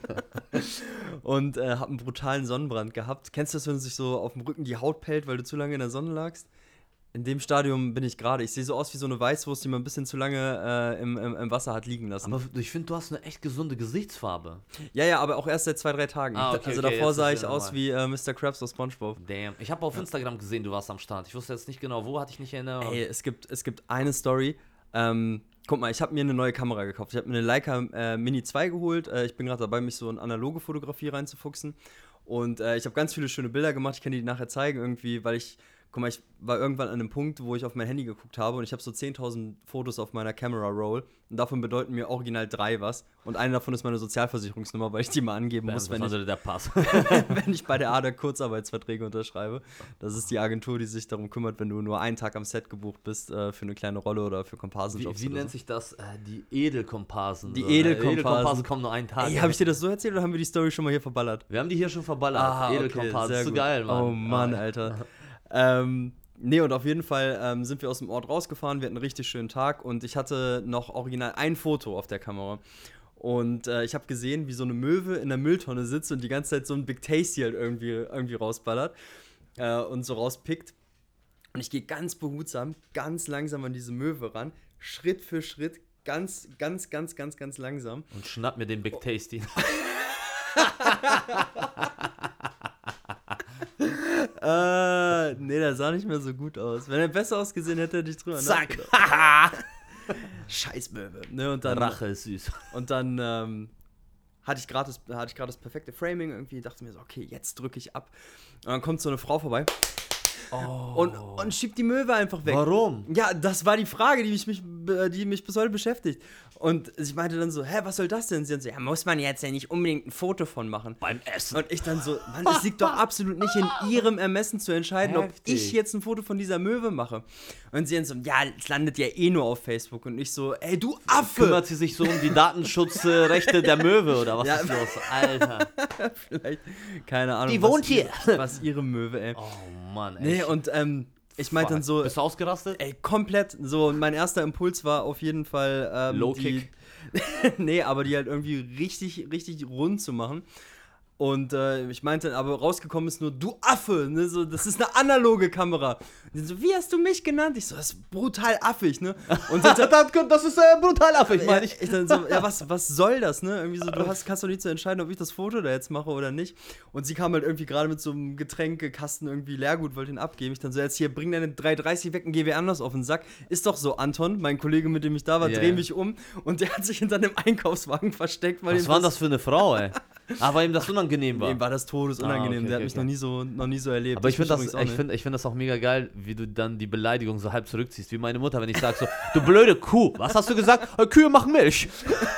Und äh, habe einen brutalen Sonnenbrand gehabt. Kennst du das, wenn sich so auf dem Rücken die Haut pellt, weil du zu lange in der Sonne lagst? In dem Stadium bin ich gerade. Ich sehe so aus wie so eine Weißwurst, die man ein bisschen zu lange äh, im, im, im Wasser hat liegen lassen. Aber ich finde, du hast eine echt gesunde Gesichtsfarbe. ja, ja, aber auch erst seit zwei, drei Tagen. Ah, okay, also okay, davor jetzt sah ist ich ja aus normal. wie äh, Mister Krabs aus SpongeBob. Damn. Ich habe auf Instagram gesehen, du warst am Start. Ich wusste jetzt nicht genau, wo, hatte ich nicht erinnert. Ey, es gibt, es gibt eine Story. Ähm, guck mal, ich habe mir eine neue Kamera gekauft. Ich habe mir eine Leica äh, Mini zwei geholt. Äh, ich bin gerade dabei, mich so in analoge Fotografie reinzufuchsen. Und äh, ich habe ganz viele schöne Bilder gemacht. Ich kann die nachher zeigen irgendwie, weil ich, guck mal, ich war irgendwann an einem Punkt, wo ich auf mein Handy geguckt habe und ich habe so zehntausend Fotos auf meiner Camera Roll. Und davon bedeuten mir original drei was. Und eine davon ist meine Sozialversicherungsnummer, weil ich die mal angeben muss, wenn ich, der Pass. wenn ich bei der A D A Kurzarbeitsverträge unterschreibe. Das ist die Agentur, die sich darum kümmert, wenn du nur einen Tag am Set gebucht bist äh, für eine kleine Rolle oder für Komparsenjobs. Wie, wie oder nennt so. sich das? Äh, die Edelkomparsen. Die so, ne? Edelkomparsen. Edelkomparsen kommen nur einen Tag. Ey, habe ich dir das so erzählt oder haben wir die Story schon mal hier verballert? Wir haben die hier schon verballert. Ah, okay, Edelkomparsen. sehr Ist so gut. geil, Mann. Oh Mann, Ah, Alter. ähm, nee, und auf jeden Fall ähm, sind wir aus dem Ort rausgefahren, wir hatten einen richtig schönen Tag und ich hatte noch original ein Foto auf der Kamera. Und äh, ich habe gesehen, wie so eine Möwe in der Mülltonne sitzt und die ganze Zeit so ein Big Tasty halt irgendwie, irgendwie rausballert äh, und so rauspickt. Und ich gehe ganz behutsam, ganz langsam an diese Möwe ran, Schritt für Schritt, ganz, ganz, ganz, ganz, ganz langsam. Und schnapp mir den Big Tasty. äh, nee, der sah nicht mehr so gut aus. Wenn er besser ausgesehen hätte, hätte ich drüber Zack. Scheiß Möwe. Ne, und dann, Rache ist süß. Und dann ähm, hatte ich gerade das, hatte ich gerade das perfekte Framing irgendwie, dachte mir so, okay, jetzt drücke ich ab. Und dann kommt so eine Frau vorbei. Oh. Und, und schiebt die Möwe einfach weg. Warum? Ja, das war die Frage, die mich, mich, die mich bis heute beschäftigt. Und ich meinte dann so, hä, was soll das denn? Sie dann so, ja, muss man jetzt ja nicht unbedingt ein Foto von machen. Beim Essen. Und ich dann so, Mann, es liegt doch absolut nicht in ihrem Ermessen zu entscheiden, Heftig. ob ich jetzt ein Foto von dieser Möwe mache. Und sie dann so, ja, es landet ja eh nur auf Facebook. Und ich so, ey, du Affe! Kümmert sie sich so um die Datenschutzrechte der Möwe oder was Ja. ist los? Alter. Vielleicht, keine Ahnung. Die was wohnt hier. ihre- Was ihre Möwe, ey. Oh Mann, ey. Nee, und ähm, ich meinte dann so, Bist du ausgerastet? ey, komplett, so, mein erster Impuls war auf jeden Fall, ähm, Low die, Kick. nee, aber die halt irgendwie richtig, richtig rund zu machen. Und äh, ich meinte, aber rausgekommen ist nur, du Affe, ne, so, das ist eine analoge Kamera. Und die so, wie hast du mich genannt? Ich so, das ist brutal affig, ne? Und dann, Das ist äh, brutal affig, ja, ich, ich dann so, ja, was, was soll das, ne? Irgendwie so, du hast, kannst doch nicht so entscheiden, ob ich das Foto da jetzt mache oder nicht. Und sie kam halt irgendwie gerade mit so einem Getränkekasten irgendwie Leergut, wollte ihn abgeben. Ich dann so, jetzt hier, bring deine drei dreißig weg und geh wer anders auf den Sack. Ist doch so, Anton, mein Kollege, mit dem ich da war, Yeah. dreh mich um und der hat sich hinter einem Einkaufswagen versteckt, weil Was ihm war das für eine Frau, ey? Aber ihm das unangenehm war. Dem war das todesunangenehm. Ah, okay, der hat okay, mich okay. noch nie so, noch nie so erlebt. Aber ich finde das, übrigens auch ich nicht. find, ich find das auch mega geil, wie du dann die Beleidigung so halb zurückziehst. Wie meine Mutter, wenn ich sage so, du blöde Kuh, was hast du gesagt? Äh, Kühe machen Milch.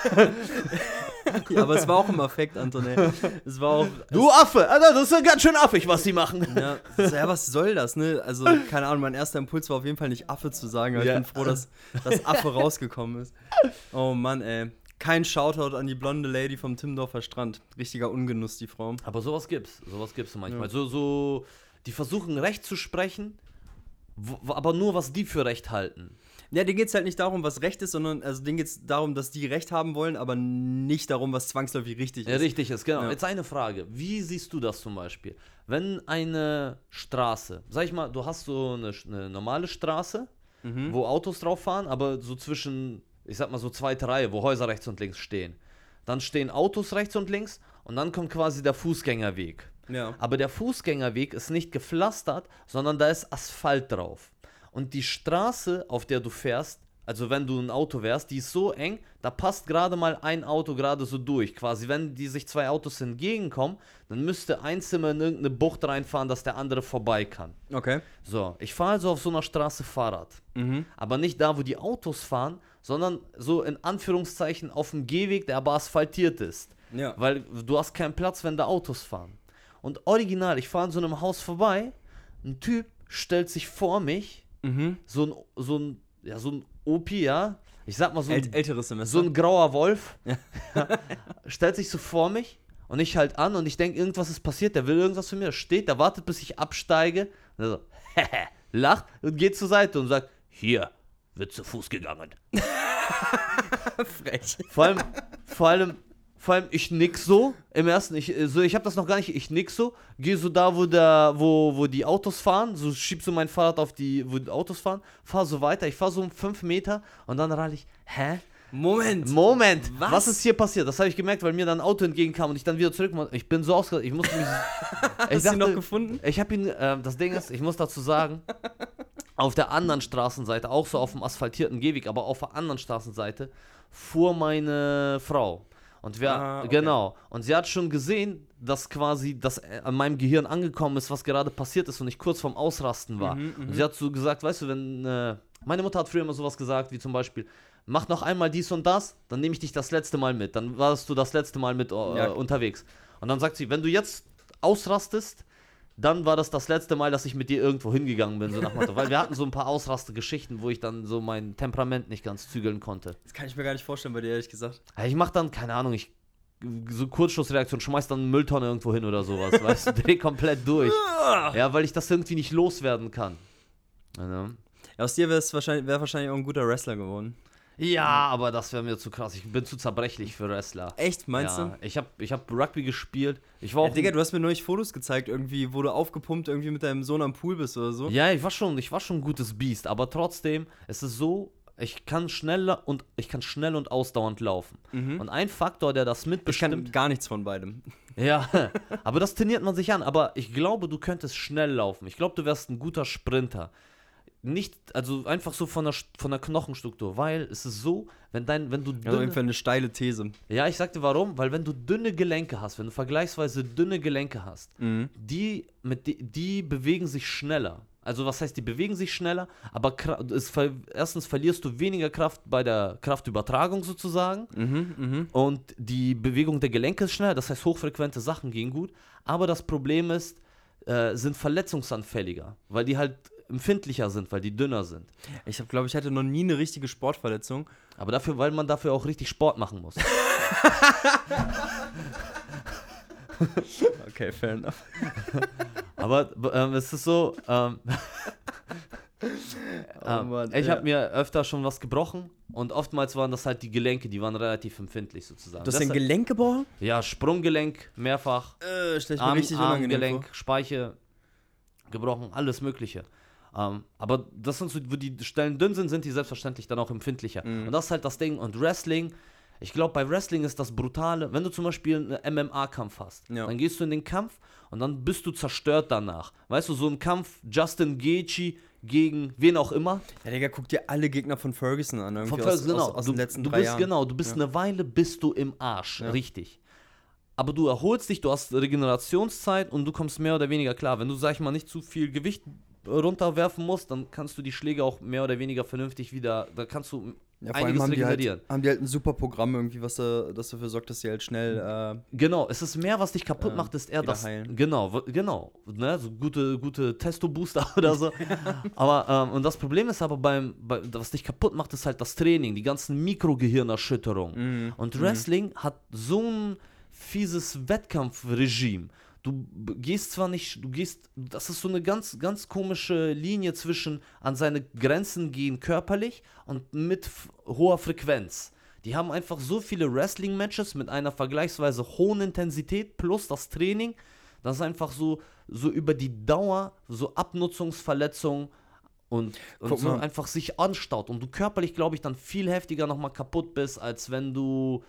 Ja, aber es war auch im Affekt, Anton, ey. Es war auch... Du Affe, Alter, das ist ganz schön affig, was die machen. Ja, so, ja, was soll das, ne? Also, keine Ahnung, mein erster Impuls war auf jeden Fall nicht Affe zu sagen, aber Ja. ich bin froh, dass das Affe rausgekommen ist. Oh Mann, ey. Kein Shoutout an die blonde Lady vom Timmendorfer Strand. Richtiger Ungenuss, die Frau. Aber sowas gibt's, sowas gibt's manchmal. Ja. So, so, die versuchen Recht zu sprechen, wo, wo- aber nur, was die für Recht halten. Ja, denen geht's halt nicht darum, was Recht ist, sondern also denen geht's darum, dass die Recht haben wollen, aber nicht darum, was zwangsläufig richtig ist. Ja, richtig ist, genau. Ja. Jetzt eine Frage. Wie siehst du das zum Beispiel? Wenn eine Straße, sag ich mal, du hast so eine, eine normale Straße, Mhm. wo Autos drauf fahren, aber so zwischen, ich sag mal so zweite Reihe, wo Häuser rechts und links stehen. Dann stehen Autos rechts und links und dann kommt quasi der Fußgängerweg. Ja. Aber der Fußgängerweg ist nicht gepflastert, sondern da ist Asphalt drauf. Und die Straße, auf der du fährst, also wenn du ein Auto wärst, die ist so eng, da passt gerade mal ein Auto gerade so durch. Quasi, wenn die sich zwei Autos entgegenkommen, dann müsste eins immer in irgendeine Bucht reinfahren, dass der andere vorbei kann. Okay. So, ich fahre also auf so einer Straße Fahrrad. Mhm. Aber nicht da, wo die Autos fahren, sondern so in Anführungszeichen auf dem Gehweg, der aber asphaltiert ist. Ja. Weil du hast keinen Platz, wenn da Autos fahren. Und original, ich fahre an so einem Haus vorbei, ein Typ stellt sich vor mich, Mhm. so ein, so ein, ja, so ein Opi, ja, ich sag mal so ein, Äl älteres Semester. so ein grauer Wolf, stellt sich so vor mich und ich halt an und ich denke, irgendwas ist passiert, der will irgendwas von mir, der steht, der wartet, bis ich absteige, und er so, lacht und geht zur Seite und sagt, hier wird zu Fuß gegangen. Frech. Vor allem, vor allem, vor allem, ich nick so im ersten, ich, so, ich habe das noch gar nicht, ich nick so, gehe so da, wo, der, wo, wo die Autos fahren, so schieb so mein Fahrrad auf die, wo die Autos fahren, fahr so weiter, ich fahr so um fünf Meter und dann rall ich, hä? Moment. Moment, Was? was, ist hier passiert? Das habe ich gemerkt, weil mir dann ein Auto entgegenkam und ich dann wieder zurück, ich bin so ausgerastet, ich musste mich, Hast du ihn noch gefunden? ich habe ihn, äh, das Ding ist, ich muss dazu sagen, auf der anderen Straßenseite, auch so auf dem asphaltierten Gehweg, aber auf der anderen Straßenseite, fuhr meine Frau. Und wir, Ah, okay. genau, und sie hat schon gesehen, dass quasi das äh, an meinem Gehirn angekommen ist, was gerade passiert ist und ich kurz vorm Ausrasten war. Mhm, und sie hat so gesagt, weißt du, wenn, äh, meine Mutter hat früher immer sowas gesagt, wie zum Beispiel, mach noch einmal dies und das, dann nehme ich dich das letzte Mal mit. Dann warst du das letzte Mal mit äh, Ja. unterwegs. Und dann sagt sie, wenn du jetzt ausrastest, dann war das das letzte Mal, dass ich mit dir irgendwo hingegangen bin, so nach Motto. Weil wir hatten so ein paar Ausraste-Geschichten, wo ich dann so mein Temperament nicht ganz zügeln konnte. Das kann ich mir gar nicht vorstellen bei dir, ehrlich gesagt. Ja, ich mach dann, keine Ahnung, ich so Kurzschlussreaktion, schmeiß dann eine Mülltonne irgendwo hin oder sowas, weißt du, dreh komplett durch. Ja, weil ich das irgendwie nicht loswerden kann. Ja, Ja, aus dir wär's wahrscheinlich, wär wahrscheinlich auch ein guter Wrestler geworden. ja, aber das wäre mir zu krass. Ich bin zu zerbrechlich für Wrestler. Echt, meinst ja, du? Ich habe ich hab Rugby gespielt. Ich war Ja, auch Digga, ein, du hast mir neulich Fotos gezeigt, irgendwie, wo du aufgepumpt irgendwie mit deinem Sohn am Pool bist oder so. ja, ich war schon, ich war schon ein gutes Biest, aber trotzdem, es ist so, ich kann schneller und ich kann schnell und ausdauernd laufen. Mhm. Und ein Faktor, der das Ich kann mitbestimmt, gar nichts von beidem. ja, aber das trainiert man sich an. Aber ich glaube, du könntest schnell laufen. Ich glaube, du wärst ein guter Sprinter. Nicht, also einfach so von der, von der Knochenstruktur, weil es ist so, wenn dein, wenn du Also dünne, irgendwie eine steile These. ja, ich sagte warum, weil wenn du dünne Gelenke hast, wenn du vergleichsweise dünne Gelenke hast, Mhm. die, mit die, die bewegen sich schneller. Also was heißt, die bewegen sich schneller, aber Kra- es, ver- erstens verlierst du weniger Kraft bei der Kraftübertragung sozusagen Mhm, mhm. und die Bewegung der Gelenke ist schneller, das heißt hochfrequente Sachen gehen gut, aber das Problem ist, äh, sind verletzungsanfälliger, weil die halt empfindlicher sind, weil die dünner sind. Ich habe, glaube ich, hatte noch nie eine richtige Sportverletzung. Aber dafür, weil man dafür auch richtig Sport machen muss. Okay, fair enough. Aber ähm, es ist so, ähm, Oh ähm, Mann, ich ja. habe mir öfter schon was gebrochen und oftmals waren das halt die Gelenke, die waren relativ empfindlich sozusagen. Du hast dein Deshalb- Gelenk gebrochen? Ja, Sprunggelenk, mehrfach, Äh, stell ich mir Arm, richtig unangenehm Armgelenk, vor. Speiche gebrochen, alles mögliche. Ähm, aber das sind so, wo die Stellen dünn sind, sind die selbstverständlich dann auch empfindlicher. Mhm. Und das ist halt das Ding. Und Wrestling, ich glaube, bei Wrestling ist das Brutale, wenn du zum Beispiel einen M M A-Kampf hast, Ja. dann gehst du in den Kampf und dann bist du zerstört danach. Weißt du, so ein Kampf, Justin Gaethje gegen wen auch immer. Ja, Digga, guck dir alle Gegner von Ferguson an. Irgendwie Von aus, Ferguson, genau. aus, aus du, den letzten du drei bist Jahren. genau, du bist Ja. eine Weile bist du im Arsch, Ja. richtig. Aber du erholst dich, du hast Regenerationszeit und du kommst mehr oder weniger klar. Wenn du, sag ich mal, nicht zu viel Gewicht runterwerfen musst, dann kannst du die Schläge auch mehr oder weniger vernünftig wieder, da kannst du Ja, vor allem einiges haben die, regenerieren. halt, haben die halt ein super Programm irgendwie, was da, das dafür sorgt, dass sie halt schnell. Äh, Genau, es ist mehr, was dich kaputt Äh, macht, ist eher wieder das. heilen. Genau, w- genau. Ne, so gute, gute Testo-Booster oder so. aber, ähm, und das Problem ist aber beim, bei, was dich kaputt macht, ist halt das Training, die ganzen Mikrogehirnerschütterungen. Mhm. Und Wrestling hat so ein fieses Wettkampfregime. Du b- gehst zwar nicht, du gehst, das ist so eine ganz, ganz komische Linie zwischen an seine Grenzen gehen körperlich und mit f- hoher Frequenz. Die haben einfach so viele Wrestling-Matches mit einer vergleichsweise hohen Intensität plus das Training, das ist einfach so, so über die Dauer so Abnutzungsverletzungen und, und Guck so mal. einfach sich anstaut und du körperlich, glaube ich, dann viel heftiger nochmal kaputt bist, als wenn du,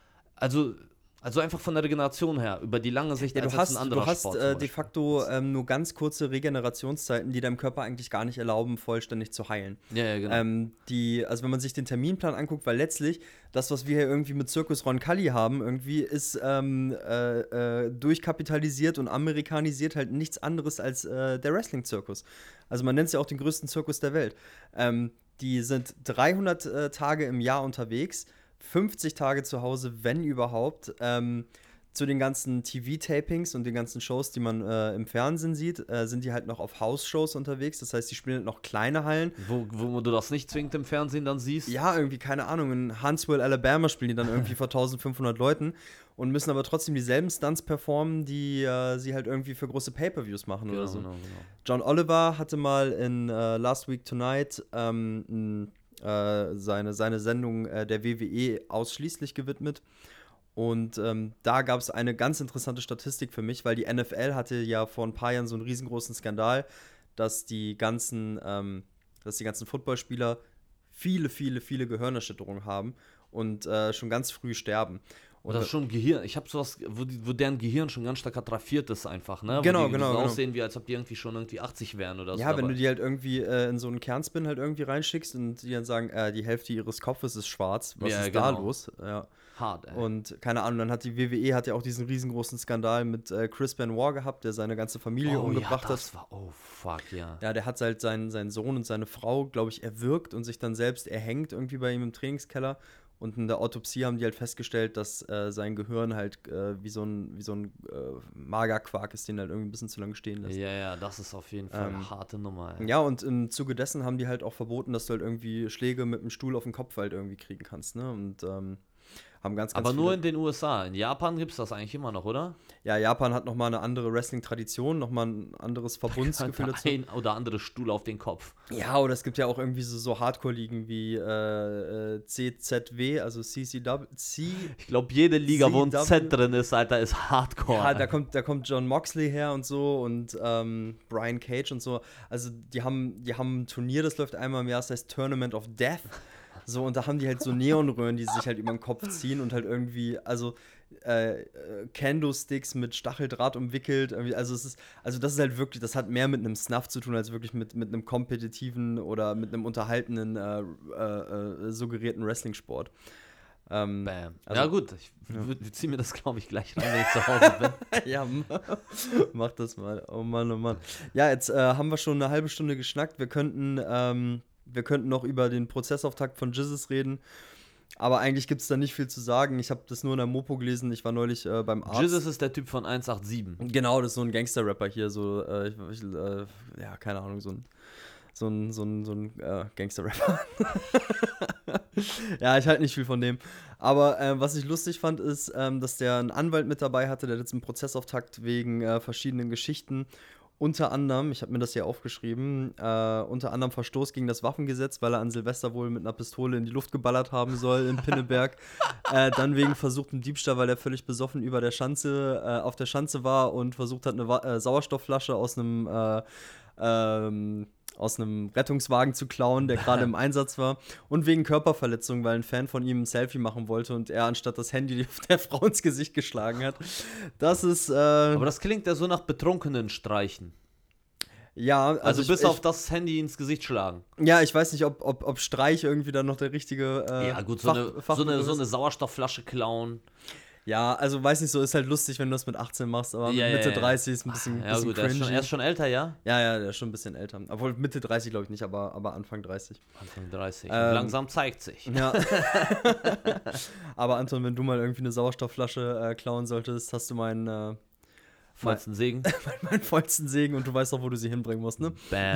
also, also einfach von der Regeneration her, über die lange Sicht, Ja, als du jetzt hast, ein anderer du hast Sport zum äh, de Beispiel. facto ähm, nur ganz kurze Regenerationszeiten, die deinem Körper eigentlich gar nicht erlauben, vollständig zu heilen. Ja, ja, genau. Ähm, die, also wenn man sich den Terminplan anguckt, weil letztlich das, was wir hier irgendwie mit Zirkus Roncalli haben, irgendwie ist ähm, äh, äh, durchkapitalisiert und amerikanisiert halt nichts anderes als äh, der Wrestling-Zirkus. Also man nennt es ja auch den größten Zirkus der Welt. Ähm, die sind dreihundert äh, Tage im Jahr unterwegs, fünfzig Tage zu Hause, wenn überhaupt. Ähm, zu den ganzen T V-Tapings und den ganzen Shows, die man äh, im Fernsehen sieht, äh, sind die halt noch auf House-Shows unterwegs. Das heißt, die spielen halt noch kleine Hallen. Wo, wo du das nicht zwingend im Fernsehen dann siehst. Ja, irgendwie, keine Ahnung, in Huntsville, Alabama spielen die dann irgendwie vor eintausendfünfhundert Leuten und müssen aber trotzdem dieselben Stunts performen, die äh, sie halt irgendwie für große Pay-Per-Views machen Genau, oder so. genau, genau. John Oliver hatte mal in äh, Last Week Tonight ähm, n, äh, seine, seine Sendung äh, der W W E ausschließlich gewidmet. Und ähm, da gab es eine ganz interessante Statistik für mich, weil die N F L hatte ja vor ein paar Jahren so einen riesengroßen Skandal, dass die ganzen, ähm, dass die ganzen Footballspieler viele, viele, viele Gehirnerschütterungen haben und äh, schon ganz früh sterben. Und Oder schon Gehirn. Ich habe sowas, wo, die, wo deren Gehirn schon ganz stark atrophiert ist einfach, ne? Genau, wo die, genau, so genau. aussehen, wie als ob die irgendwie schon irgendwie achtzig wären oder so. ja, wenn aber- du die halt irgendwie äh, in so einen Kernspin halt irgendwie reinschickst und die dann sagen, äh, die Hälfte ihres Kopfes ist schwarz, was Ja, ist da genau. los? Ja. Hart, ey. Und keine Ahnung, dann hat die W W E hat ja auch diesen riesengroßen Skandal mit äh, Chris Benoit gehabt, der seine ganze Familie oh, umgebracht ja, hat. das war, oh, fuck, ja. Ja, der hat halt seinen, seinen Sohn und seine Frau, glaube ich, erwürgt und sich dann selbst erhängt irgendwie bei ihm im Trainingskeller. Und in der Autopsie haben die halt festgestellt, dass äh, sein Gehirn halt äh, wie so ein, wie so ein äh, Magerquark ist, den halt irgendwie ein bisschen zu lange stehen lässt. Ja, ja, das ist auf jeden Fall Ähm, eine harte Nummer, ey. Ja, und im Zuge dessen haben die halt auch verboten, dass du halt irgendwie Schläge mit dem Stuhl auf den Kopf halt irgendwie kriegen kannst, ne? Und ähm, Haben ganz, ganz Aber viele. nur in den U S A. In Japan gibt es das eigentlich immer noch, oder? Ja, Japan hat nochmal eine andere Wrestling-Tradition, nochmal ein anderes Verbundsgefühl dazu. Ein oder andere Stuhl auf den Kopf. Ja, oder es gibt ja auch irgendwie so, so Hardcore-Ligen wie äh, äh, C Z W, also C C W. C Ich glaube, jede Liga, wo ein C W. Z drin ist, Alter, ist Hardcore. Ja, da kommt, da kommt John Moxley her und so und ähm, Brian Cage und so. Also die haben, die haben ein Turnier, das läuft einmal im Jahr, das heißt Tournament of Death. So, und da haben die halt so Neonröhren, die sich halt über den Kopf ziehen und halt irgendwie, also äh, Kendo-Sticks mit Stacheldraht umwickelt. Irgendwie. Also es ist, also das ist halt wirklich, das hat mehr mit einem Snuff zu tun, als wirklich mit, mit einem kompetitiven oder mit einem unterhaltenen, äh, äh, äh, suggerierten Wrestling-Sport. Ähm, Bam. also, ja gut, ich ja. ziehe mir das, glaube ich, gleich rein, wenn ich zu Hause bin. Ja, mach das mal. Oh Mann, oh Mann. Ja, jetzt äh, haben wir schon eine halbe Stunde geschnackt. Wir könnten, ähm, wir könnten noch über den Prozessauftakt von Jizzes reden. Aber eigentlich gibt es da nicht viel zu sagen. Ich habe das nur in der Mopo gelesen. Ich war neulich äh, beim Arzt. Jizzes ist der Typ von eins acht sieben. Genau, das ist so ein Gangster-Rapper hier. So, äh, ich, ich, äh, ja, keine Ahnung, so ein, so ein, so ein, so ein äh, Gangster-Rapper. Ja, ich halte nicht viel von dem. Aber äh, was ich lustig fand, ist, ähm, dass der einen Anwalt mit dabei hatte, der jetzt einen Prozessauftakt wegen äh, verschiedenen Geschichten. Unter anderem, ich habe mir das hier aufgeschrieben, äh, unter anderem Verstoß gegen das Waffengesetz, weil er an Silvester wohl mit einer Pistole in die Luft geballert haben soll in Pinneberg. äh, dann wegen versuchten Diebstahl, weil er völlig besoffen über der Schanze, äh, auf der Schanze war und versucht hat, eine Wa- äh, Sauerstoffflasche aus einem äh, ähm, aus einem Rettungswagen zu klauen, der gerade im Einsatz war. Und wegen Körperverletzung, weil ein Fan von ihm ein Selfie machen wollte und er anstatt das Handy der Frau ins Gesicht geschlagen hat. Das ist, äh, Aber das klingt ja so nach betrunkenen Streichen. ja, also, Also ich, bis ich, auf das Handy ins Gesicht schlagen. ja, ich weiß nicht, ob, ob, ob Streich irgendwie dann noch der richtige äh, Ja gut, so, Fach- eine, so, eine, Fachbegriff so eine ist. Sauerstoffflasche klauen. Ja, also weiß nicht, so ist halt lustig, wenn du das mit achtzehn machst, aber Ja, mit ja, Mitte ja. dreißig ist ein bisschen, Ja bisschen gut, er ist, schon, cringy. er ist schon älter, ja? Ja, ja, der ist schon ein bisschen älter. Obwohl Mitte dreißig glaube ich nicht, aber, aber Anfang dreißig. Anfang dreißig. Ähm, Langsam zeigt sich. Ja. Aber Anton, wenn du mal irgendwie eine Sauerstoffflasche äh, klauen solltest, hast du meinen, äh, Vollsten Segen. meinen vollsten Segen und du weißt auch, wo du sie hinbringen musst, ne? Bam.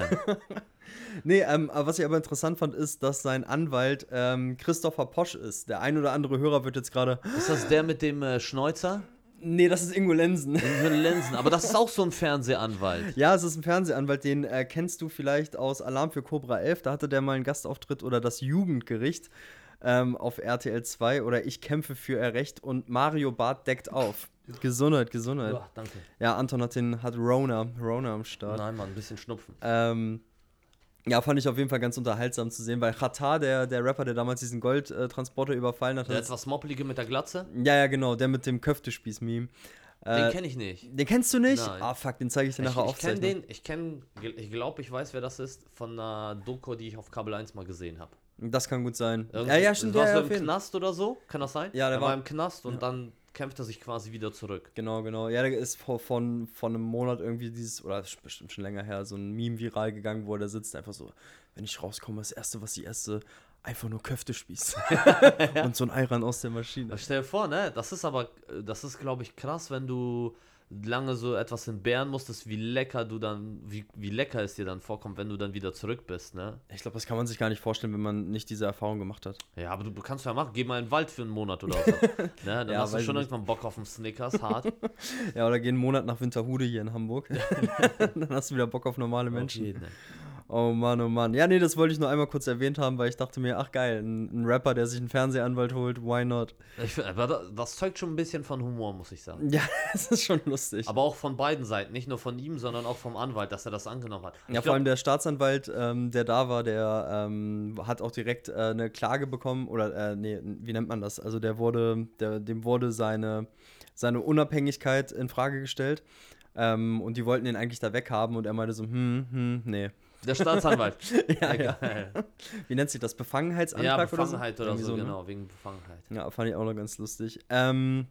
Nee, ähm, aber was ich aber interessant fand, ist, dass sein Anwalt ähm, Christopher Posch ist. Der ein oder andere Hörer wird jetzt gerade. Ist das der mit dem äh, Schnäuzer? Nee, das ist Ingo Lensen. Ingo Lensen. Aber das ist auch so ein Fernsehanwalt. Ja, es ist ein Fernsehanwalt, den äh, kennst du vielleicht aus Alarm für Cobra elf. Da hatte der mal einen Gastauftritt oder das Jugendgericht ähm, auf R T L zwei oder Ich kämpfe für ihr Recht und Mario Barth deckt auf. Gesundheit, Gesundheit. Ja, danke. Ja, Anton hat den hat Rona, Rona am Start. Nein, Mann, ein bisschen Schnupfen. Ähm, ja, fand ich auf jeden Fall ganz unterhaltsam zu sehen, weil Xatar, der, der Rapper, der damals diesen Goldtransporter überfallen hat, Der hat etwas Moppelige mit der Glatze? ja, ja, genau, der mit dem Köftespieß-Meme. Den Äh, kenne ich nicht. den kennst du nicht? Nein. Ah, fuck, den zeige ich dir Ich, nachher ich kenne Aufzeichnung. den, ich kenne, ich glaube, ich weiß, wer das ist, von einer Doku, die ich auf Kabel eins mal gesehen habe. Das kann gut sein. Irgendwie- Ja, ja, stimmt, War ja, so ja, im auf jeden. Knast oder so? Kann das sein? Ja, der er war war- im Knast und dann kämpft er sich quasi wieder zurück. Genau, genau. Ja, der ist vor, von, von einem Monat irgendwie dieses, oder das ist bestimmt schon länger her, so ein Meme viral gegangen, wo er da sitzt, einfach so, wenn ich rauskomme, das Erste, was ich esse, einfach nur Köftespieß. Und so ein Eiran aus der Maschine. Aber stell dir vor, ne? Das ist aber, das ist, glaube ich, krass, wenn du lange so etwas entbehren musstest, wie lecker du dann, wie, wie lecker es dir dann vorkommt, wenn du dann wieder zurück bist, ne? Ich glaube, das kann man sich gar nicht vorstellen, wenn man nicht diese Erfahrung gemacht hat. Ja, aber du kannst ja machen, geh mal in den Wald für einen Monat oder so. ne? Dann Ja, hast du weiß schon ich nicht. irgendwann Bock auf einen Snickers, hart. Ja, oder geh einen Monat nach Winterhude hier in Hamburg. Dann hast du wieder Bock auf normale Menschen. Auf jeden, ne? Oh Mann, oh Mann. Ja, nee, das wollte ich nur einmal kurz erwähnt haben, weil ich dachte mir, ach geil, ein, ein Rapper, der sich einen Fernsehanwalt holt, why not? Ich, find- aber das, das zeugt schon ein bisschen von Humor, muss ich sagen. Ja, das ist schon lustig. Aber auch von beiden Seiten, nicht nur von ihm, sondern auch vom Anwalt, dass er das angenommen hat. Ich Ja, vor glaub, allem der Staatsanwalt, ähm, der da war, der ähm, hat auch direkt äh, eine Klage bekommen, oder, äh, nee, wie nennt man das? Also der wurde, der, dem wurde seine, seine Unabhängigkeit in Frage gestellt ähm, und die wollten ihn eigentlich da weghaben und er meinte so, hm, hm, nee. der Staatsanwalt. Ja, ja. Geil. Wie nennt sich das? Befangenheitsantrag Ja, oder so? Befangenheit oder Irgendwie so, ne? genau, wegen Befangenheit. Ja, fand ich auch noch ganz lustig. Ähm,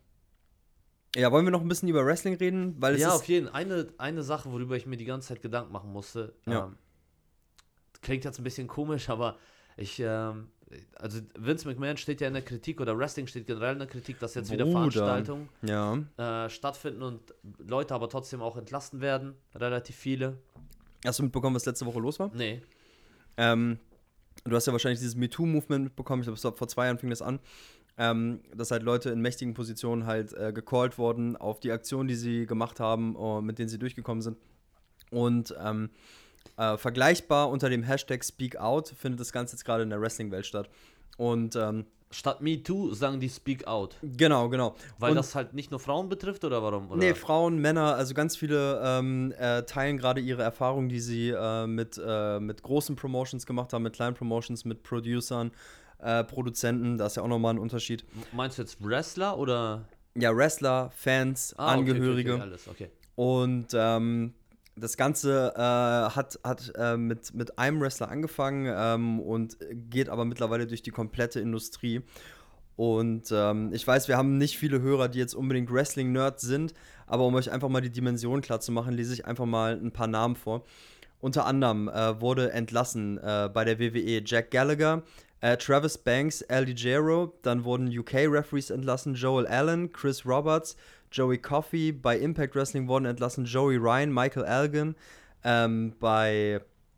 ja, wollen wir noch ein bisschen über Wrestling reden? Weil es Ja, ist, auf jeden Fall. Eine, eine Sache, worüber ich mir die ganze Zeit Gedanken machen musste, Ja. ähm, klingt jetzt ein bisschen komisch, aber ich, ähm, also Vince McMahon steht ja in der Kritik oder Wrestling steht generell in der Kritik, dass jetzt wieder Bruder. Veranstaltungen Ja. äh, stattfinden und Leute aber trotzdem auch entlassen werden, relativ viele. Hast du mitbekommen, was letzte Woche los war? Nee. Ähm, du hast ja wahrscheinlich dieses MeToo-Movement mitbekommen. Ich glaube, es war vor zwei Jahren fing das an. Ähm, dass halt Leute in mächtigen Positionen halt äh, gecallt wurden auf die Aktionen, die sie gemacht haben, uh, mit denen sie durchgekommen sind. Und ähm, äh, vergleichbar unter dem Hashtag Speak Out findet das Ganze jetzt gerade in der Wrestling-Welt statt. Und ähm, statt Me Too sagen die Speak Out. Genau, genau. Weil und, das halt nicht nur Frauen betrifft oder warum? Oder? Nee, Frauen, Männer, also ganz viele ähm, äh, teilen gerade ihre Erfahrungen, die sie äh, mit, äh, mit großen Promotions gemacht haben, mit kleinen Promotions, mit Producern, äh, Produzenten, da ist ja auch nochmal ein Unterschied. Meinst du jetzt Wrestler oder? Ja, Wrestler, Fans, ah, Angehörige. Okay, okay, okay, alles, okay. Und ähm, das Ganze äh, hat, hat äh, mit, mit einem Wrestler angefangen ähm, und geht aber mittlerweile durch die komplette Industrie. Und ähm, ich weiß, wir haben nicht viele Hörer, die jetzt unbedingt Wrestling-Nerds sind, aber um euch einfach mal die Dimension klar zu machen, lese ich einfach mal ein paar Namen vor. Unter anderem äh, wurde entlassen äh, bei der W W E Jack Gallagher, äh, Travis Banks, El Ligero, dann wurden U K-Referees entlassen, Joel Allen, Chris Roberts, Joey Coffey, bei Impact Wrestling wurden entlassen Joey Ryan, Michael Elgin, ähm, bei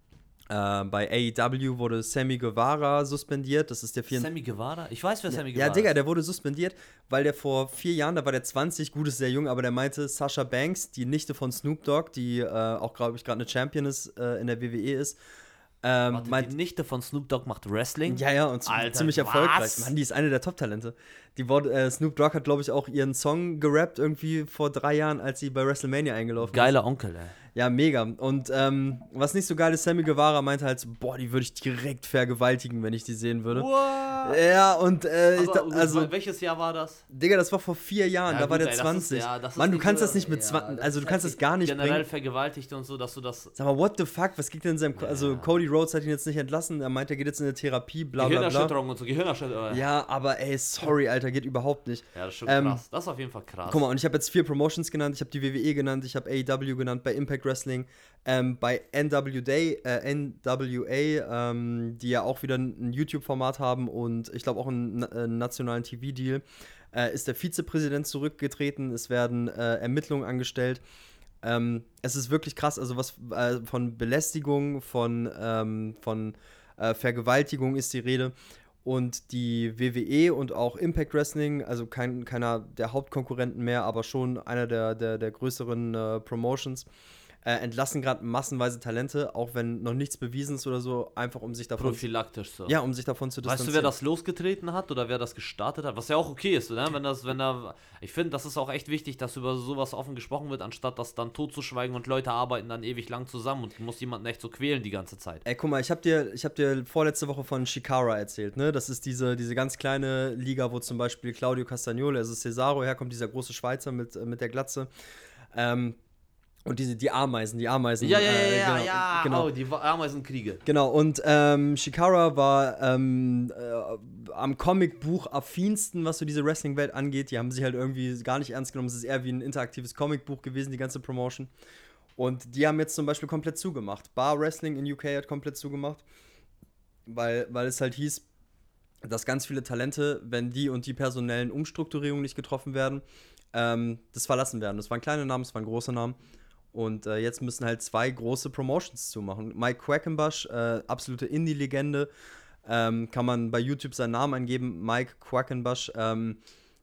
Äh, bei A E W wurde Sammy Guevara suspendiert. Das ist der vier. Sammy Guevara? Ich weiß, wer ja, Sammy Guevara ist. Ja, Digga, ist. der wurde suspendiert, weil der vor vier Jahren, da war der zwanzig, gut ist sehr jung, aber der meinte, Sasha Banks, die Nichte von Snoop Dogg, die äh, auch, glaube ich, gerade eine Champion ist, äh, in der W W E ist, ähm, Warte, meint, die Nichte von Snoop Dogg macht Wrestling? ja, ja, und Alter, ziemlich was? erfolgreich. Mann, die ist eine der Top-Talente. Die wurde, äh, Snoop Dogg hat, glaube ich, auch ihren Song gerappt irgendwie vor drei Jahren, als sie bei WrestleMania eingelaufen Geiler ist. Onkel, ey. Ja, mega. Und ähm, was nicht so geil ist, Sammy Guevara meinte halt so, boah, die würde ich direkt vergewaltigen, wenn ich die sehen würde. What? Ja, und äh, ich, Aber, also, welches Jahr war das? Digga, das war vor vier Jahren, Ja, da gut, war der ey, das zwanzig. Ist, ja, das Mann, ist du kannst so, das nicht mit ja, zwanzig, also du kannst halt das gar nicht generell bringen. vergewaltigt und so, dass du das... Sag mal, what the fuck, was geht denn in seinem... Ja. Also Cody Rhodes hat ihn jetzt nicht entlassen, er meint, er geht jetzt in eine Therapie, bla bla bla. Gehirnerschütterung und so, Gehirnerschütterung. Ja, aber ey, sorry, Alter, geht überhaupt nicht. Ja, das ist schon Ähm, krass. Das ist auf jeden Fall krass. Guck mal, und ich habe jetzt vier Promotions genannt. Ich habe die W W E genannt, ich habe A E W genannt, bei Impact Wrestling, ähm, bei N W A, äh, N W A ähm, die ja auch wieder ein YouTube-Format haben und ich glaube auch einen, einen nationalen T V-Deal, äh, ist der Vizepräsident zurückgetreten. Es werden äh, Ermittlungen angestellt. Ähm, es ist wirklich krass, also was äh, von Belästigung, von, ähm, von äh, Vergewaltigung ist die Rede. Und die W W E und auch Impact Wrestling, also kein, keiner der Hauptkonkurrenten mehr, aber schon einer der, der, der größeren äh, Promotions, äh, entlassen gerade massenweise Talente, auch wenn noch nichts bewiesen ist oder so, einfach um sich davon... Prophylaktisch so. Ja, um sich davon zu distanzieren. Weißt du, wer das losgetreten hat oder wer das gestartet hat? Was ja auch okay ist, ne? Wenn das, wenn da... Ich finde, das ist auch echt wichtig, dass über sowas offen gesprochen wird, anstatt das dann totzuschweigen und Leute arbeiten dann ewig lang zusammen und muss jemanden echt so quälen die ganze Zeit. Ey, guck mal, ich hab dir, ich hab dir vorletzte Woche von Chikara erzählt, ne? Das ist diese, diese ganz kleine Liga, wo zum Beispiel Claudio Castagnoli, also Cesaro herkommt, dieser große Schweizer mit, mit der Glatze. Ähm, Und diese, die Ameisen, die Ameisen. Ja, ja, ja, äh, ja, genau, ja, genau. Oh, die Ameisenkriege. Genau, und ähm, Chikara war ähm, äh, am Comicbuch affinsten, was so diese Wrestling-Welt angeht. Die haben sich halt irgendwie gar nicht ernst genommen. Es ist eher wie ein interaktives Comicbuch gewesen, die ganze Promotion. Und die haben jetzt zum Beispiel komplett zugemacht. Bar Wrestling in U K hat komplett zugemacht, weil, weil es halt hieß, dass ganz viele Talente, wenn die und die personellen Umstrukturierungen nicht getroffen werden, ähm, das verlassen werden. Das waren kleine Namen, das waren große Namen. Und äh, jetzt müssen halt zwei große Promotions zumachen. Mike Quackenbush, äh, absolute Indie-Legende, ähm, kann man bei YouTube seinen Namen eingeben, Mike Quackenbush. Ähm,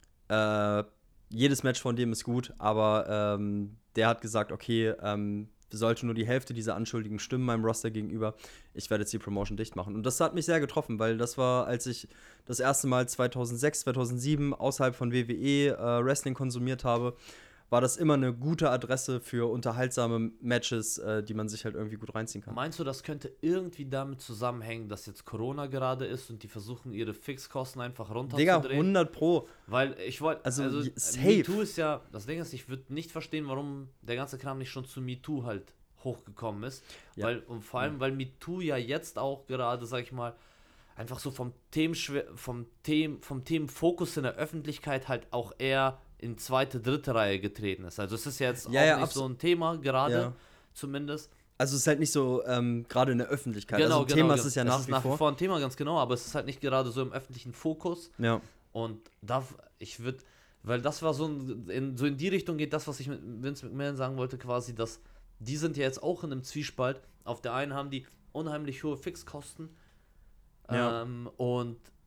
äh, jedes Match von dem ist gut, aber ähm, der hat gesagt, okay, ähm, sollte nur die Hälfte dieser Anschuldigungen stimmen meinem Roster gegenüber, ich werde jetzt die Promotion dicht machen. Und das hat mich sehr getroffen, weil das war, als ich das erste Mal zweitausendsechs, zweitausendsieben außerhalb von W W E äh, Wrestling konsumiert habe, war das immer eine gute Adresse für unterhaltsame Matches, äh, die man sich halt irgendwie gut reinziehen kann. Meinst du, das könnte irgendwie damit zusammenhängen, dass jetzt Corona gerade ist und die versuchen, ihre Fixkosten einfach runterzudrehen? Digga, hundert Pro. Weil ich wollte, also, also safe. MeToo ist ja, das Ding ist, ich würde nicht verstehen, warum der ganze Kram nicht schon zu MeToo halt hochgekommen ist. Ja. Weil, und vor allem, weil MeToo ja jetzt auch gerade, sag ich mal, einfach so vom Themenschwer, vom Themen, vom Themenfokus in der Öffentlichkeit halt auch eher in zweite, dritte Reihe getreten ist. Also es ist jetzt ja, auch ja, nicht so ein Thema gerade, ja. zumindest. Also es ist halt nicht so ähm, gerade in der Öffentlichkeit. Genau, also ein genau, Thema genau. ist es ja es nach ist wie nach vor. wie vor ein Thema, ganz genau, aber es ist halt nicht gerade so im öffentlichen Fokus. Ja. Und da, ich würde, weil das war so ein, in, so in die Richtung geht das, was ich mit Vince McMahon sagen wollte, quasi, dass die sind ja jetzt auch in einem Zwiespalt. Auf der einen haben die unheimlich hohe Fixkosten Ja. ähm, und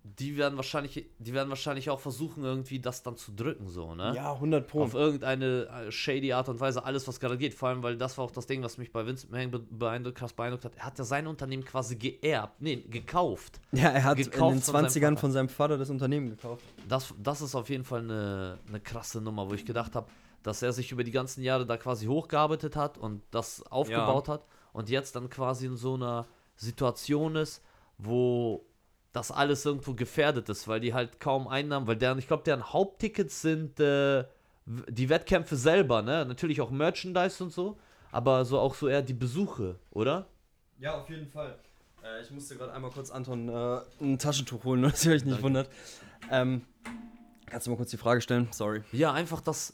die werden wahrscheinlich, die werden wahrscheinlich auch versuchen, irgendwie das dann zu drücken, so, ne? Ja, hundert Pro. Auf irgendeine äh, shady Art und Weise, alles, was gerade geht. Vor allem, weil das war auch das Ding, was mich bei Vincent Mann be- beeindruckt, krass beeindruckt hat. Er hat ja sein Unternehmen quasi geerbt, nee, gekauft. Ja, er hat gekauft in den von seinem zwanzigern Vater. von seinem Vater das Unternehmen gekauft. Das, das ist auf jeden Fall eine, eine krasse Nummer, wo ich gedacht habe, dass er sich über die ganzen Jahre da quasi hochgearbeitet hat und das aufgebaut Ja. hat und jetzt dann quasi in so einer Situation ist, wo das alles irgendwo gefährdet ist, weil die halt kaum Einnahmen, weil deren, ich glaube, deren Haupttickets sind äh, w- die Wettkämpfe selber, ne? Natürlich auch Merchandise und so, aber so auch so eher die Besuche, oder? Ja, auf jeden Fall. Äh, ich musste gerade einmal kurz Anton äh, ein Taschentuch holen, dass ihr euch nicht Danke. wundert. Ähm, kannst du mal kurz die Frage stellen? Sorry. Ja, einfach das.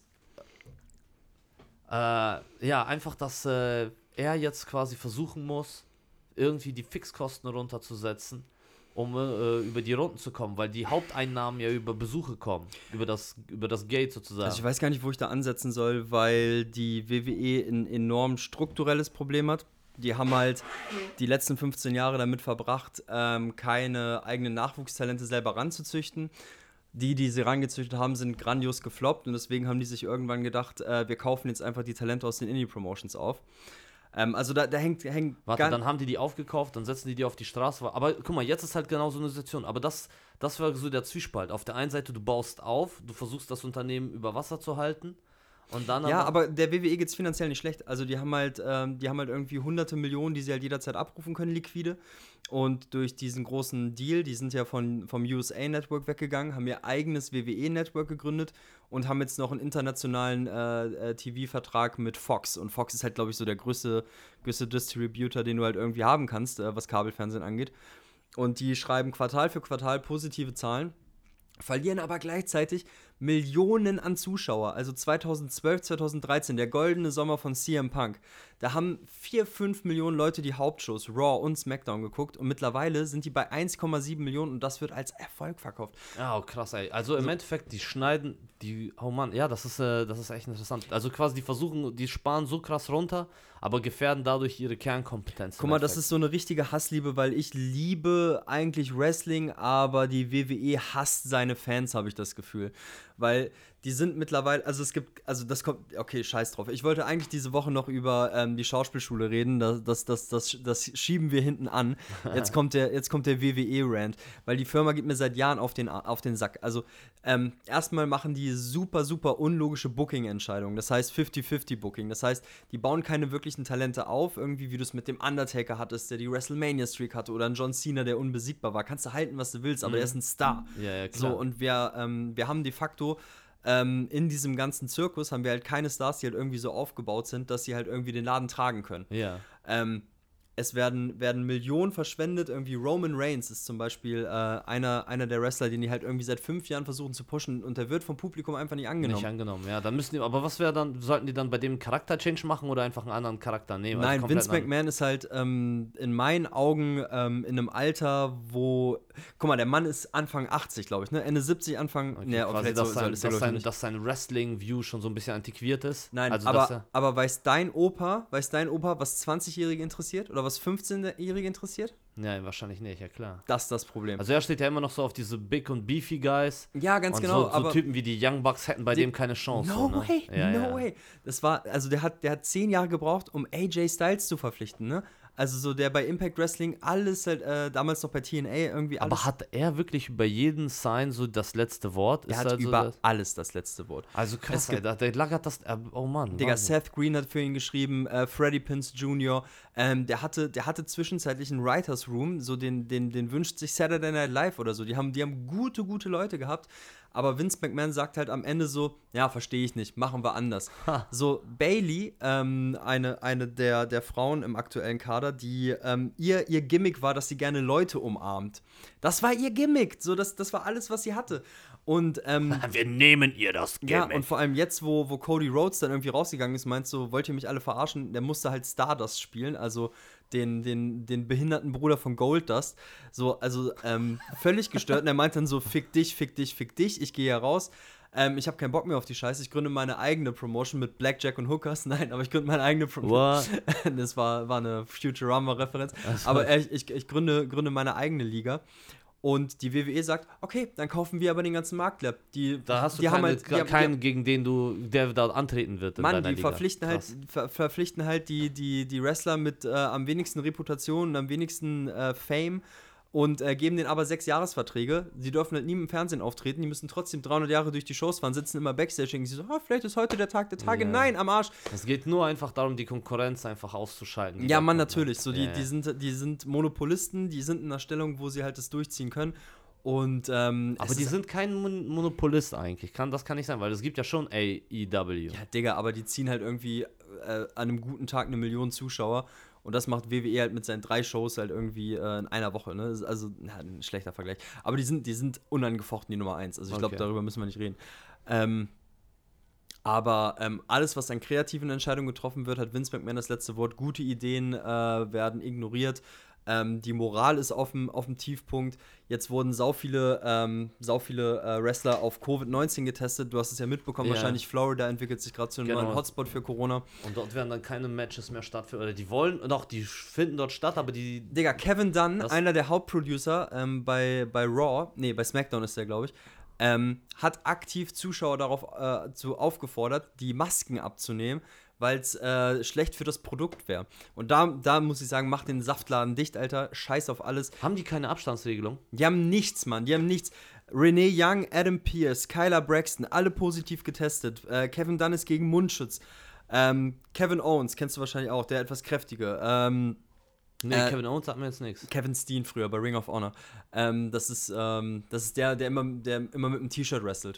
Äh, ja, einfach, dass äh, er jetzt quasi versuchen muss, irgendwie die Fixkosten runterzusetzen, um äh, über die Runden zu kommen, weil die Haupteinnahmen ja über Besuche kommen, über das, über das Gate sozusagen. Also ich weiß gar nicht, wo ich da ansetzen soll, weil die W W E ein enorm strukturelles Problem hat. Die haben halt die letzten fünfzehn Jahre damit verbracht, ähm, keine eigenen Nachwuchstalente selber ranzuzüchten. Die, die sie rangezüchtet haben, sind grandios gefloppt und deswegen haben die sich irgendwann gedacht, äh, wir kaufen jetzt einfach die Talente aus den Indie-Promotions auf. Ähm, also da, da hängt, hängt Warte, gar- dann haben die die aufgekauft, dann setzen die die auf die Straße. Aber guck mal, jetzt ist halt genau so eine Situation. Aber das, das war so der Zwiespalt. Auf der einen Seite, du baust auf, du versuchst das Unternehmen über Wasser zu halten und dann Ja, aber der W W E geht es finanziell nicht schlecht. Also die haben halt, ähm, die haben halt irgendwie hunderte Millionen, die sie halt jederzeit abrufen können, liquide. Und durch diesen großen Deal, die sind ja von, vom U S A-Network weggegangen, haben ihr eigenes W W E-Network gegründet und haben jetzt noch einen internationalen äh, äh, T V-Vertrag mit Fox. Und Fox ist halt, glaube ich, so der größte, größte Distributor, den du halt irgendwie haben kannst, äh, was Kabelfernsehen angeht. Und die schreiben Quartal für Quartal positive Zahlen, verlieren aber gleichzeitig Millionen an Zuschauer. Also zweitausendzwölf, zweitausenddreizehn, der goldene Sommer von C M Punk. Da haben vier, fünf Millionen Leute die Hauptshows Raw und SmackDown geguckt und mittlerweile sind die bei eins Komma sieben Millionen und das wird als Erfolg verkauft. Ja, oh, krass, ey. Also im Endeffekt, die schneiden, die, oh Mann, ja, das ist, äh, das ist echt interessant. Also quasi, die versuchen, die sparen so krass runter, aber gefährden dadurch ihre Kernkompetenz. Guck mal, das ist so eine richtige Hassliebe, weil ich liebe eigentlich Wrestling, aber die W W E hasst seine Fans, habe ich das Gefühl. Weil die sind mittlerweile, also es gibt, also das kommt, okay, scheiß drauf. Ich wollte eigentlich diese Woche noch über ähm, die Schauspielschule reden, das, das, das, das, das schieben wir hinten an. Jetzt kommt der, jetzt kommt der W W E-Rant, weil die Firma geht mir seit Jahren auf den, auf den Sack. Also ähm, erstmal machen die super, super unlogische Booking-Entscheidungen, das heißt fünfzig fünfzig Booking, das heißt, die bauen keine wirklichen Talente auf, irgendwie wie du es mit dem Undertaker hattest, der die WrestleMania-Streak hatte oder ein John Cena, der unbesiegbar war. Kannst du halten, was du willst, aber Mhm. er ist ein Star. Ja, ja, klar. So, und wir, ähm, wir haben de facto ähm, in diesem ganzen Zirkus haben wir halt keine Stars, die halt irgendwie so aufgebaut sind, dass sie halt irgendwie den Laden tragen können. Ja. Ähm, es werden, werden Millionen verschwendet. Irgendwie Roman Reigns ist zum Beispiel äh, einer, einer der Wrestler, den die halt irgendwie seit fünf Jahren versuchen zu pushen und der wird vom Publikum einfach nicht angenommen. Nicht angenommen, ja. Dann müssen die, aber was wäre dann, sollten die dann bei dem Charakter-Change machen oder einfach einen anderen Charakter nehmen? Also Nein, komplett Vince einen- McMahon ist halt ähm, in meinen Augen ähm, in einem Alter, wo, guck mal, der Mann ist Anfang achtzig, glaube ich, ne? Ende siebzig, Anfang, Okay, ne, quasi, vielleicht dass so, sein, soll, ist er, dass, glaub ich, sein, nicht. dass sein Wrestling-View schon so ein bisschen antiquiert ist. Nein, also, dass aber, er, aber weiß dein Opa, weiß dein Opa, was zwanzigjährige interessiert oder was fünfzehnjährige interessiert? ja, wahrscheinlich nicht, ja klar. Das ist das Problem. Also er steht ja immer noch so auf diese Big und Beefy Guys. ja, ganz und genau, so, so aber Typen wie die Young Bucks hätten bei Die- dem keine Chance. no so, ne? way, ja, no ja. way. Das war, also der hat, der hat zehn Jahre gebraucht, um A J Styles zu verpflichten, ne? Also so der bei Impact Wrestling alles halt, äh, damals noch bei T N A irgendwie alles. Aber hat er wirklich über jeden Sign so das letzte Wort? er Ist hat halt so über das, alles das letzte Wort. also krass, es gibt- ey, der, der lagert das. äh, Oh Mann. Digga, Wahnsinn. Seth Green hat für ihn geschrieben, äh, Freddie Prinze Junior Ähm, der hatte, der hatte zwischenzeitlich einen Writers Room, so den, den, den wünscht sich Saturday Night Live oder so. Die haben, die haben gute, gute Leute gehabt. Aber Vince McMahon sagt halt am Ende so, ja, verstehe ich nicht, machen wir anders. Ha. So, Bayley, ähm, eine, eine der, der Frauen im aktuellen Kader, die, ähm, ihr, ihr Gimmick war, dass sie gerne Leute umarmt. Das war ihr Gimmick, so, das, das war alles, was sie hatte. Und, ähm, Wir nehmen ihr das ja, Gimmick. und vor allem jetzt, wo, wo Cody Rhodes dann irgendwie rausgegangen ist, meinst du, wollt ihr mich alle verarschen? Der musste halt Stardust spielen, also den, den, den behinderten Bruder von Goldust. So, also ähm, völlig gestört. Und er meint dann so, fick dich, fick dich, fick dich, ich gehe hier raus. Ähm, ich habe keinen Bock mehr auf die Scheiße. Ich gründe meine eigene Promotion mit Blackjack und Hookers. Nein, aber ich gründe meine eigene Promotion. What? Das war, war eine Futurama-Referenz. Ach so. Aber ich, ich, ich gründe, gründe meine eigene Liga. Und die W W E sagt, okay, dann kaufen wir aber den ganzen Markt leer. Die, Da hast du die keine, haben halt, die, keinen, die, gegen den du, der da antreten wird in Mann, deiner die Liga. verpflichten halt, Krass. ver, verpflichten halt die, die, die Wrestler mit äh, am wenigsten Reputation und am wenigsten äh, Fame und äh, geben denen aber sechs Jahresverträge. Sie dürfen halt nie im Fernsehen auftreten, die müssen trotzdem dreihundert Jahre durch die Shows fahren, sitzen immer Backstage und sie so, ah, vielleicht ist heute der Tag der Tage. Ja. Nein, am Arsch. Es geht nur einfach darum, die Konkurrenz einfach auszuschalten. die Ja, da Mann, kommt, ne? natürlich. So, die, Ja, die, ja. sind, die sind Monopolisten, die sind in einer Stellung, wo sie halt das durchziehen können. Und, ähm, Aber es die ist- sind kein Mon Monopolist eigentlich. Kann, das kann nicht sein, weil es gibt ja schon A E W. Ja, Digga, aber die ziehen halt irgendwie äh, an einem guten Tag eine Million Zuschauer. Und das macht W W E halt mit seinen drei Shows halt irgendwie äh, in einer Woche, ne? Das ist also, na, ein schlechter Vergleich. Aber die sind, die sind unangefochten die Nummer eins. Also ich glaube, Okay. darüber müssen wir nicht reden. Ähm, aber ähm, alles, was an kreativen Entscheidungen getroffen wird, hat Vince McMahon das letzte Wort. Gute Ideen äh, werden ignoriert. Ähm, die Moral ist auf dem, auf dem Tiefpunkt. Jetzt wurden sau viele, ähm, sau viele äh, Wrestler auf Covid neunzehn getestet. Du hast es ja mitbekommen, Ja. wahrscheinlich Florida entwickelt sich gerade zu einem Genau. neuen Hotspot für Corona. Und dort werden dann keine Matches mehr stattfinden. Oder die wollen, doch, die finden dort statt, aber die. Digga, Kevin Dunn, Das- einer der Hauptproducer ähm, bei, bei Raw, nee, bei SmackDown ist der, glaube ich, ähm, hat aktiv Zuschauer darauf äh, zu aufgefordert, die Masken abzunehmen, weil es äh, schlecht für das Produkt wäre. Und da, da muss ich sagen, mach den Saftladen dicht, Alter. Scheiß auf alles. Haben die keine Abstandsregelung? Die haben nichts, Mann. Die haben nichts. Renee Young, Adam Pearce, Kyla Braxton, alle positiv getestet. Äh, Kevin Dunn ist gegen Mundschutz. Ähm, Kevin Owens, kennst du wahrscheinlich auch, der etwas kräftige. Ähm, Nee, Äh, Kevin Owens sagt mir jetzt nichts. Kevin Steen früher bei Ring of Honor. Ähm, das ist, ähm, das ist der, der immer, der immer mit einem T-Shirt wrestelt.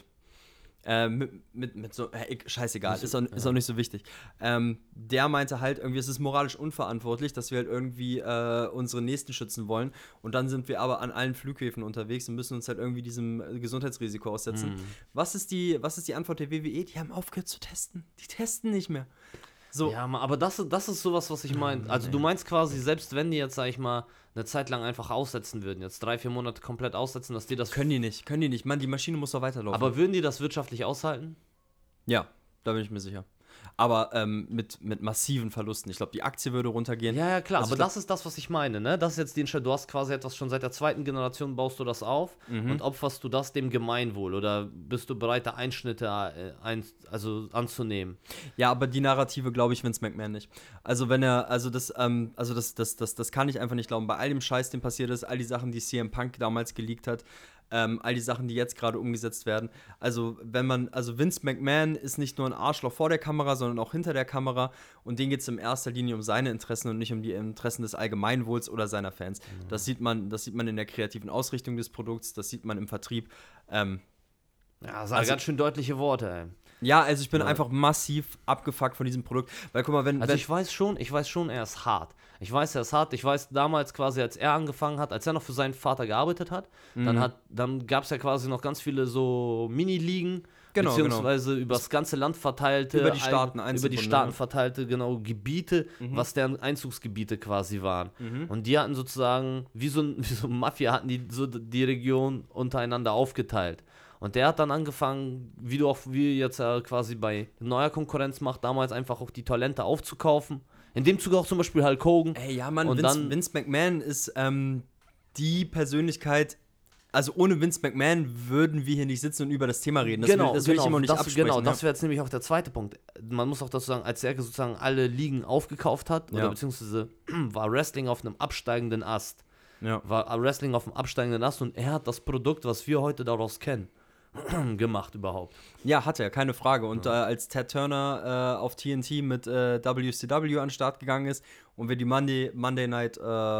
Ähm, mit, mit, mit so, äh, scheißegal, ist auch, ist auch nicht so wichtig. Ähm, der meinte halt irgendwie, es ist moralisch unverantwortlich, dass wir halt irgendwie äh, unsere Nächsten schützen wollen. Und dann sind wir aber an allen Flughäfen unterwegs und müssen uns halt irgendwie diesem äh, Gesundheitsrisiko aussetzen. Mhm. Was ist die, was ist die Antwort der W W E? Die haben aufgehört zu testen. Die testen nicht mehr. So, Ja, ma- aber das, das ist sowas, was ich meine. Also du meinst quasi, selbst wenn die jetzt, sag ich mal, eine Zeit lang einfach aussetzen würden, jetzt drei, vier Monate komplett aussetzen, dass die das... können die nicht, können die nicht. Mann, die Maschine muss doch weiterlaufen. Aber würden die das wirtschaftlich aushalten? Ja, da bin ich mir sicher. Aber ähm, mit, mit massiven Verlusten. Ich glaube, die Aktie würde runtergehen. Ja, ja, klar, Also aber ich glaub- das ist das, was ich meine, ne? Das ist jetzt die Entscheidung, du hast quasi etwas schon seit der zweiten Generation, baust du das auf Mhm. und opferst du das dem Gemeinwohl oder bist du bereit, da Einschnitte äh, ein, also anzunehmen? Ja, aber die Narrative glaube ich Vince McMahon nicht. Also wenn er, also das, ähm, also das, das, das, das kann ich einfach nicht glauben. Bei all dem Scheiß, dem passiert ist, all die Sachen, die C M Punk damals geleakt hat, ähm, all die Sachen, die jetzt gerade umgesetzt werden. Also wenn man, also Vince McMahon ist nicht nur ein Arschloch vor der Kamera, sondern auch hinter der Kamera und denen geht es in erster Linie um seine Interessen und nicht um die Interessen des Allgemeinwohls oder seiner Fans. Mhm. Das sieht man, das sieht man in der kreativen Ausrichtung des Produkts, das sieht man im Vertrieb. Ähm, Ja, das sind Also- ganz schön deutliche Worte, ey. ja, also ich bin Ja. einfach massiv abgefuckt von diesem Produkt, weil guck mal, wenn, Also wenn ich weiß schon, ich weiß schon, er ist hart. Ich weiß, er ist hart. Ich weiß damals quasi, als er angefangen hat, als er noch für seinen Vater gearbeitet hat, Mhm. dann hat, dann gab es ja quasi noch ganz viele so Mini-Ligen, Genau, beziehungsweise übers ganze Land verteilte, Über die Staaten, ein, über die Einzelbunde, Staaten ja. verteilte, genau, Gebiete, Mhm. was deren Einzugsgebiete quasi waren. Mhm. Und die hatten sozusagen, wie so, ein- wie so eine Mafia, hatten die so die Region untereinander aufgeteilt. Und der hat dann angefangen, wie du auch wie jetzt äh, quasi bei neuer Konkurrenz macht, damals einfach auch die Talente aufzukaufen. In dem Zuge auch zum Beispiel Hulk Hogan. Ey, ja, Mann, Und Vince, dann- Vince McMahon ist ähm, die Persönlichkeit. Also ohne Vince McMahon würden wir hier nicht sitzen und über das Thema reden. Das will, das will ich immer nicht das, absprechen. Genau, ja. das wäre jetzt nämlich auch der zweite Punkt. Man muss auch dazu sagen, als er sozusagen alle Ligen aufgekauft hat, Ja. oder beziehungsweise war Wrestling auf einem absteigenden Ast. ja. War Wrestling auf einem absteigenden Ast und er hat das Produkt, was wir heute daraus kennen, gemacht überhaupt. ja, hat er, keine Frage. Und äh, als Ted Turner äh, auf T N T mit äh, W C W an den Start gegangen ist und wir die Monday, Monday Night äh, äh,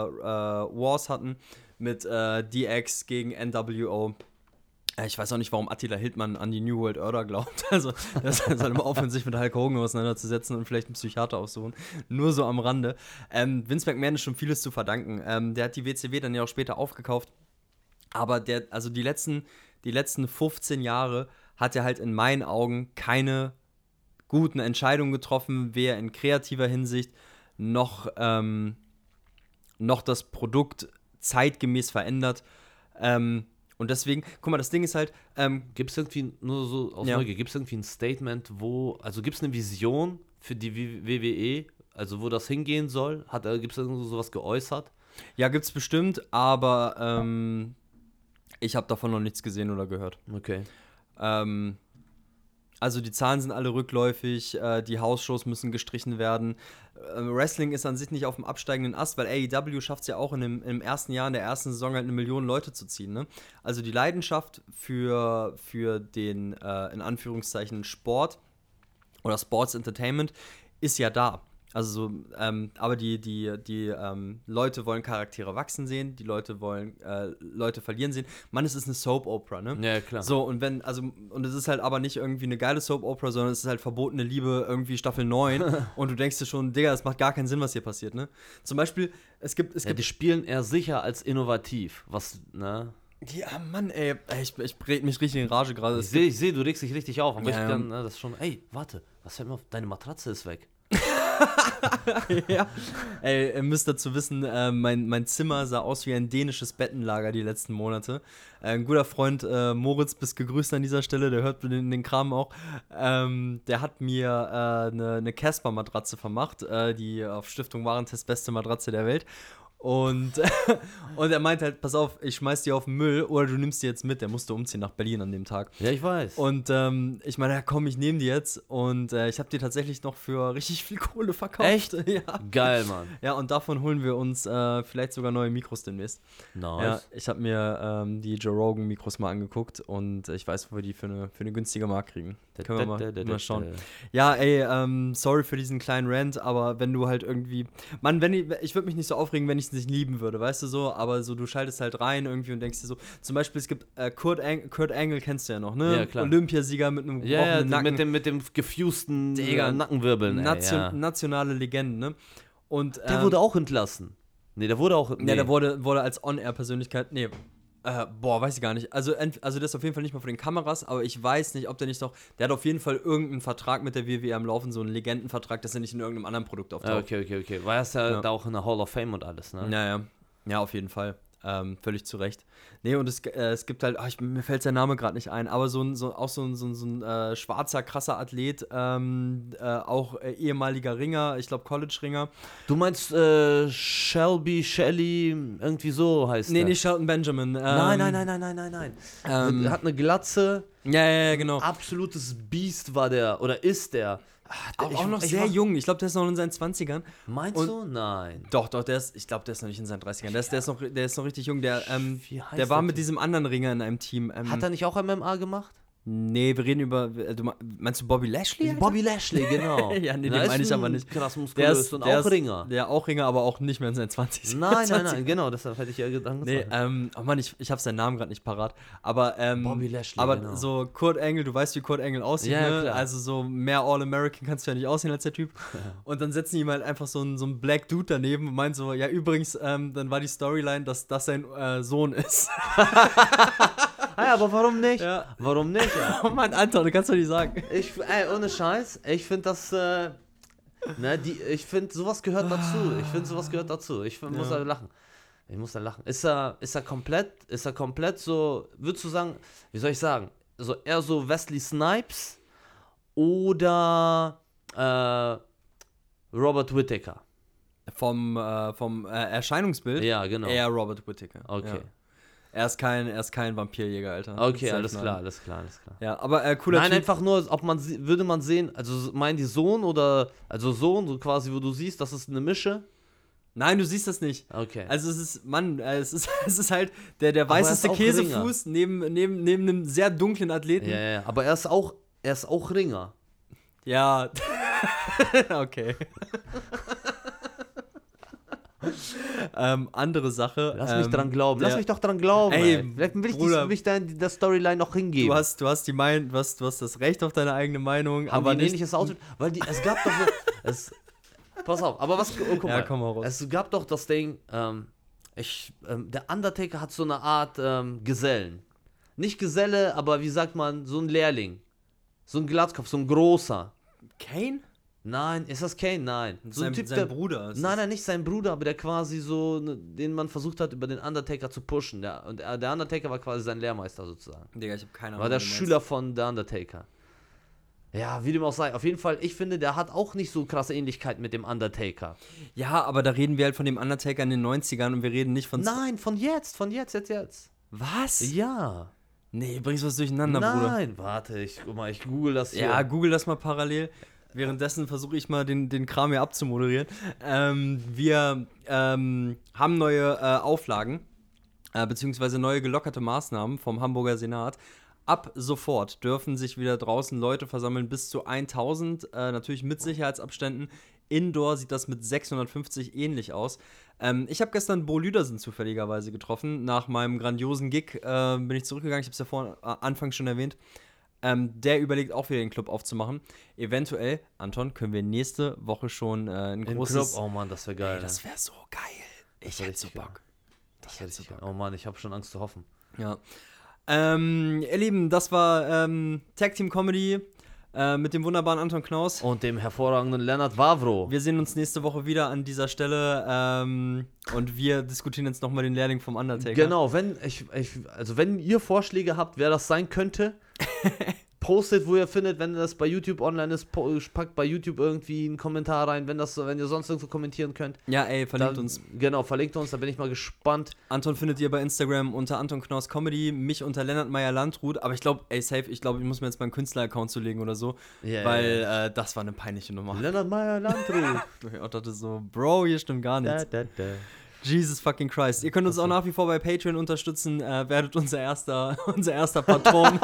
Wars hatten mit äh, D X gegen N W O. Äh, Ich weiß auch nicht, warum Attila Hildmann an die New World Order glaubt. Also, das soll immer aufhören, sich mit Hulk Hogan auseinanderzusetzen und vielleicht einen Psychiater aussuchen. Nur so am Rande. Ähm, Vince McMahon ist schon vieles zu verdanken. Ähm, der hat die W C W dann ja auch später aufgekauft. Aber der, also die letzten, die letzten fünfzehn Jahre hat er halt in meinen Augen keine guten Entscheidungen getroffen, weder in kreativer Hinsicht noch, ähm, noch das Produkt zeitgemäß verändert. Ähm, und deswegen, guck mal, das Ding ist halt, ähm, Gibt es irgendwie, nur so aus Ja. Neugier, gibt es irgendwie ein Statement, wo, also gibt es eine Vision für die W W E, also wo das hingehen soll? Hat er, gibt es irgendwo sowas geäußert? ja, gibt's bestimmt, aber ähm, Ich habe davon noch nichts gesehen oder gehört. Okay. Ähm, also die Zahlen sind alle rückläufig, äh, die House-Shows müssen gestrichen werden. Äh, Wrestling ist an sich nicht auf dem absteigenden Ast, weil A E W schafft es ja auch in dem, im ersten Jahr, in der ersten Saison halt eine Million Leute zu ziehen. Ne? Also die Leidenschaft für, für den, äh, in Anführungszeichen, Sport oder Sports Entertainment ist ja da. Also, ähm, aber die, die, die ähm, Leute wollen Charaktere wachsen sehen, die Leute wollen äh, Leute verlieren sehen. Mann, es ist eine Soap-Opera, ne? Ja, klar. So, und wenn, also, und es ist halt aber nicht irgendwie eine geile Soap-Opera, sondern es ist halt verbotene Liebe, irgendwie Staffel neun. Und du denkst dir schon, Digga, das macht gar keinen Sinn, was hier passiert, ne? Zum Beispiel, es gibt, es Ja, gibt. die spielen eher sicher als innovativ, was, ne? Ja, Mann, ey, ich, ich red mich richtig in Rage gerade. Ich sehe, ich seh, du regst dich richtig auf, aber Ja, ich kann, ja. ne, das ist schon, ey, warte, was fällt mir auf, deine Matratze ist weg. Ja. Ey, ihr müsst dazu wissen, äh, mein, mein Zimmer sah aus wie ein dänisches Bettenlager die letzten Monate. Äh, ein guter Freund, äh, Moritz, bist gegrüßt an dieser Stelle, der hört den, den Kram auch. Ähm, der hat mir äh, eine, eine Casper-Matratze vermacht, äh, die auf Stiftung Warentest beste Matratze der Welt. Und, und er meint halt, pass auf, ich schmeiß die auf den Müll oder du nimmst die jetzt mit. Der musste umziehen nach Berlin an dem Tag. Ja, ich weiß. Und ähm, ich meine, ja komm, ich nehme die jetzt. Und äh, ich habe die tatsächlich noch für richtig viel Kohle verkauft. Echt? Ja. Geil, Mann. Ja, und davon holen wir uns äh, vielleicht sogar neue Mikros demnächst. Nice. Ja, ich habe mir ähm, die Joe Rogan Mikros mal angeguckt und ich weiß, wo wir die für eine, für eine günstige Mark kriegen. Können wir mal, mal schauen. Ja, ey, ähm, sorry für diesen kleinen Rant, aber wenn du halt irgendwie, Mann, wenn ich, ich würde mich nicht so aufregen, wenn ich es nicht lieben würde, weißt du so, aber so, du schaltest halt rein irgendwie und denkst dir so, zum Beispiel, es gibt äh, Kurt, Ang- Kurt Angle, kennst du ja noch, ne? Ja, klar. Olympiasieger mit einem Ja, ja, gebrochenen Nacken. mit dem, mit dem gefusten Digga, äh, Nackenwirbeln. Ey, Nation, ja. Nationale Legende, ne? Und, Der ähm, wurde auch entlassen. Nee, der wurde auch. Nee. Ja, der wurde, wurde als On-Air-Persönlichkeit, nee, äh, boah, weiß ich gar nicht. Also, ent, also der ist auf jeden Fall nicht mal vor den Kameras, aber ich weiß nicht, ob der nicht noch, der hat auf jeden Fall irgendeinen Vertrag mit der W W E am Laufen, so einen Legendenvertrag, dass er nicht in irgendeinem anderen Produkt auftaucht. Ah, okay, okay, okay. War er ja, Ja. da auch in der Hall of Fame und alles, ne? Ja, ja. Ja, auf jeden Fall. Ähm, völlig zu Recht. Nee, und es, äh, es gibt halt, ach, ich, mir fällt sein Name gerade nicht ein, aber so ein, so, auch so ein, so ein, so ein äh, schwarzer, krasser Athlet, ähm, äh, auch äh, ehemaliger Ringer, ich glaube College-Ringer. Du meinst äh, Shelby, Shelly, irgendwie so heißt Nee, der. nicht Shelton Benjamin. Ähm, Nein, nein, nein, nein, nein, nein, nein. Ähm, Er hat eine Glatze. Ja, ja, ja, genau. Absolutes Biest war der, oder ist der. Auch, Ich- auch noch ich sehr war- jung. Ich glaube, der ist noch in seinen zwanzigern. Meinst Und- du? Nein. Doch, doch, der ist, ich glaube, der ist noch nicht in seinen dreißigern. Der ist, der ist, noch, der ist noch richtig jung. Der, ähm, Wie heißt der war der mit Typ? diesem anderen Ringer in einem Team. Ähm, Hat er nicht auch M M A gemacht? Nee, wir reden über, äh, du, me- meinst du Bobby Lashley? Alter? Bobby Lashley, genau. Ja, nee, Na, den ist meine ich ein aber nicht. Krass Der muskulös ist, und der auch ist, Ringer. Der auch Ringer, aber auch nicht mehr in seinen zwanzigern. Nein, nein, nein, genau, deshalb hätte ich ja gedacht. Nee, ähm, oh Mann, ich, ich habe seinen Namen gerade nicht parat. Aber, ähm, Bobby Lashley, aber genau. so Kurt Angle, du weißt, wie Kurt Angle aussieht, Ja, ne? klar. Also so mehr All-American kannst du ja nicht aussehen als der Typ. Und dann setzen die ihm halt einfach so einen, so einen Black Dude daneben und meinen so, ja, übrigens, ähm, dann war die Storyline, dass das sein äh, Sohn ist. Ah, ja, aber warum nicht? Ja. Warum nicht? Ja? Oh Mann, Anton, du kannst doch nicht sagen. Ich, ey, ohne Scheiß, ich finde das, äh, ne, die, ich finde, sowas gehört dazu. Ich finde, sowas gehört dazu. Ich find, muss Ja. da lachen. Ich muss da lachen. Ist er, ist er komplett, ist er komplett so, würdest du sagen, wie soll ich sagen, so eher so Wesley Snipes oder äh, Robert Whittaker? Vom, äh, vom äh, Erscheinungsbild Ja, genau. eher Robert Whittaker. Okay. Ja. Er ist kein, er ist kein Vampirjäger, Alter. Okay, Safe alles nein. klar, alles klar, alles klar. Ja, aber äh, cooler Nein, Typ. einfach nur, ob man sie- würde man sehen, also meinen die Sohn oder, also Sohn, so quasi, wo du siehst, das ist eine Mische. Nein, du siehst das nicht. Okay. Also es ist, Mann, äh, es ist, es ist halt der, der Aber er ist weißeste auch Käsefuß neben, neben, neben einem sehr dunklen Athleten. Ja, ja, aber er ist auch, er ist auch Ringer. Ja. Okay. ähm, andere Sache. Lass ähm, mich dran glauben, lass der- mich doch dran glauben, Ey, ey. Vielleicht will ich, Bruder. die, will ich da in der Storyline noch hingeben. Du hast, du hast die Mein, du hast, du hast das Recht auf deine eigene Meinung, aber aber ein nicht. ähnliches Outfit, weil die, es gab doch, so- es, pass auf, aber was, oh, guck Ja, mal, komm mal raus. es gab doch das Ding, ähm, ich, ähm, der Undertaker hat so eine Art ähm, Gesellen. Nicht Geselle, aber wie sagt man, so ein Lehrling. So ein Glatzkopf, so ein großer. Kane? Nein, ist das Kane? Nein. So sein, ein Typ, sein der, Bruder. ist Nein, das. nein, nicht sein Bruder, aber der quasi so, ne, den man versucht hat, über den Undertaker zu pushen. Der, und äh, der Undertaker war quasi sein Lehrmeister sozusagen. Digga, ich hab keine Ahnung. War der wen du meinst. Schüler von der Undertaker. Ja, wie dem auch sei. Auf jeden Fall, ich finde, der hat auch nicht so krasse Ähnlichkeit mit dem Undertaker. Ja, aber da reden wir halt von dem Undertaker in den neunzigern und wir reden nicht von. Nein, von jetzt, von jetzt, jetzt, jetzt. Was? Ja. Nee, bringst du was durcheinander, Bruder. Nein, warte, ich, guck mal, ich google das hier. Ja, google das mal parallel. Währenddessen versuche ich mal den, den Kram hier abzumoderieren. Ähm, wir ähm, haben neue äh, Auflagen, äh, beziehungsweise neue gelockerte Maßnahmen vom Hamburger Senat. Ab sofort dürfen sich wieder draußen Leute versammeln bis zu1000, äh, natürlich mit Sicherheitsabständen. Indoor sieht das mit sechshundertfünfzig ähnlich aus. Ähm, ich habe gestern Bo Lüdersen zufälligerweise getroffen. Nach meinem grandiosen Gig äh, bin ich zurückgegangen. Ich habe es ja vorhin äh, anfangs schon erwähnt. Ähm, der überlegt auch wieder den Club aufzumachen. Eventuell, Anton, können wir nächste Woche schon äh, ein Im großes... Club? Oh Mann, das wäre geil. Ey, das wäre so geil. Ich hätte so Bock. Das wäre so Bock. Oh Mann, ich habe schon Angst zu hoffen. Ja. Ähm, ihr Lieben, das war ähm, Tag Team Comedy äh, mit dem wunderbaren Anton Knaus. Und dem hervorragenden Lennart Wawro. Wir sehen uns nächste Woche wieder an dieser Stelle ähm, und wir diskutieren jetzt nochmal den Lehrling vom Undertaker. Genau, wenn ich, ich, also wenn ihr Vorschläge habt, wer das sein könnte, postet, wo ihr findet, wenn das bei YouTube online ist, po- packt bei YouTube irgendwie einen Kommentar rein, wenn das, wenn ihr sonst irgendwo kommentieren könnt. Ja, ey, verlinkt dann, uns. Genau, verlinkt uns, da bin ich mal gespannt. Anton findet ihr bei Instagram unter Anton Knaus Comedy, mich unter Lennart Meyer Landrut, aber ich glaube, ey, safe, ich glaube, ich muss mir jetzt meinen Künstler-Account zulegen oder so, Yeah, weil yeah. Äh, das war eine peinliche Nummer. Lennart Meyer Landrut. Ich auch dachte so, Bro, hier stimmt gar nichts. da, da, da. Jesus fucking Christ. Ihr könnt uns auch nach wie vor bei Patreon unterstützen. Äh, werdet unser erster, unser erster Patron.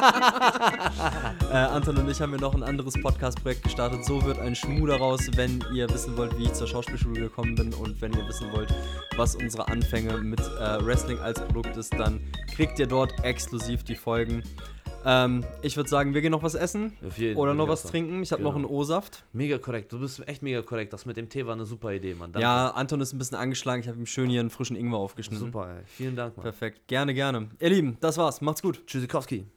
äh, Anton und ich haben hier noch ein anderes Podcast-Projekt gestartet. So wird ein Schmuh daraus, wenn ihr wissen wollt, wie ich zur Schauspielschule gekommen bin und wenn ihr wissen wollt, was unsere Anfänge mit äh, Wrestling als Produkt ist, dann kriegt ihr dort exklusiv die Folgen. Ähm, ich würde sagen, wir gehen noch was essen Auf jeden, oder noch würde ich was auch trinken. Ich habe Genau. noch einen O-Saft. Mega korrekt, du bist echt mega korrekt. Das mit dem Tee war eine super Idee, Mann. Danke. Ja, Anton ist ein bisschen angeschlagen. Ich habe ihm schön hier einen frischen Ingwer aufgeschnitten. Super, ey. Vielen Dank, Mann. Perfekt. Gerne, gerne. Ihr Lieben, das war's. Macht's gut. Tschüssikowski.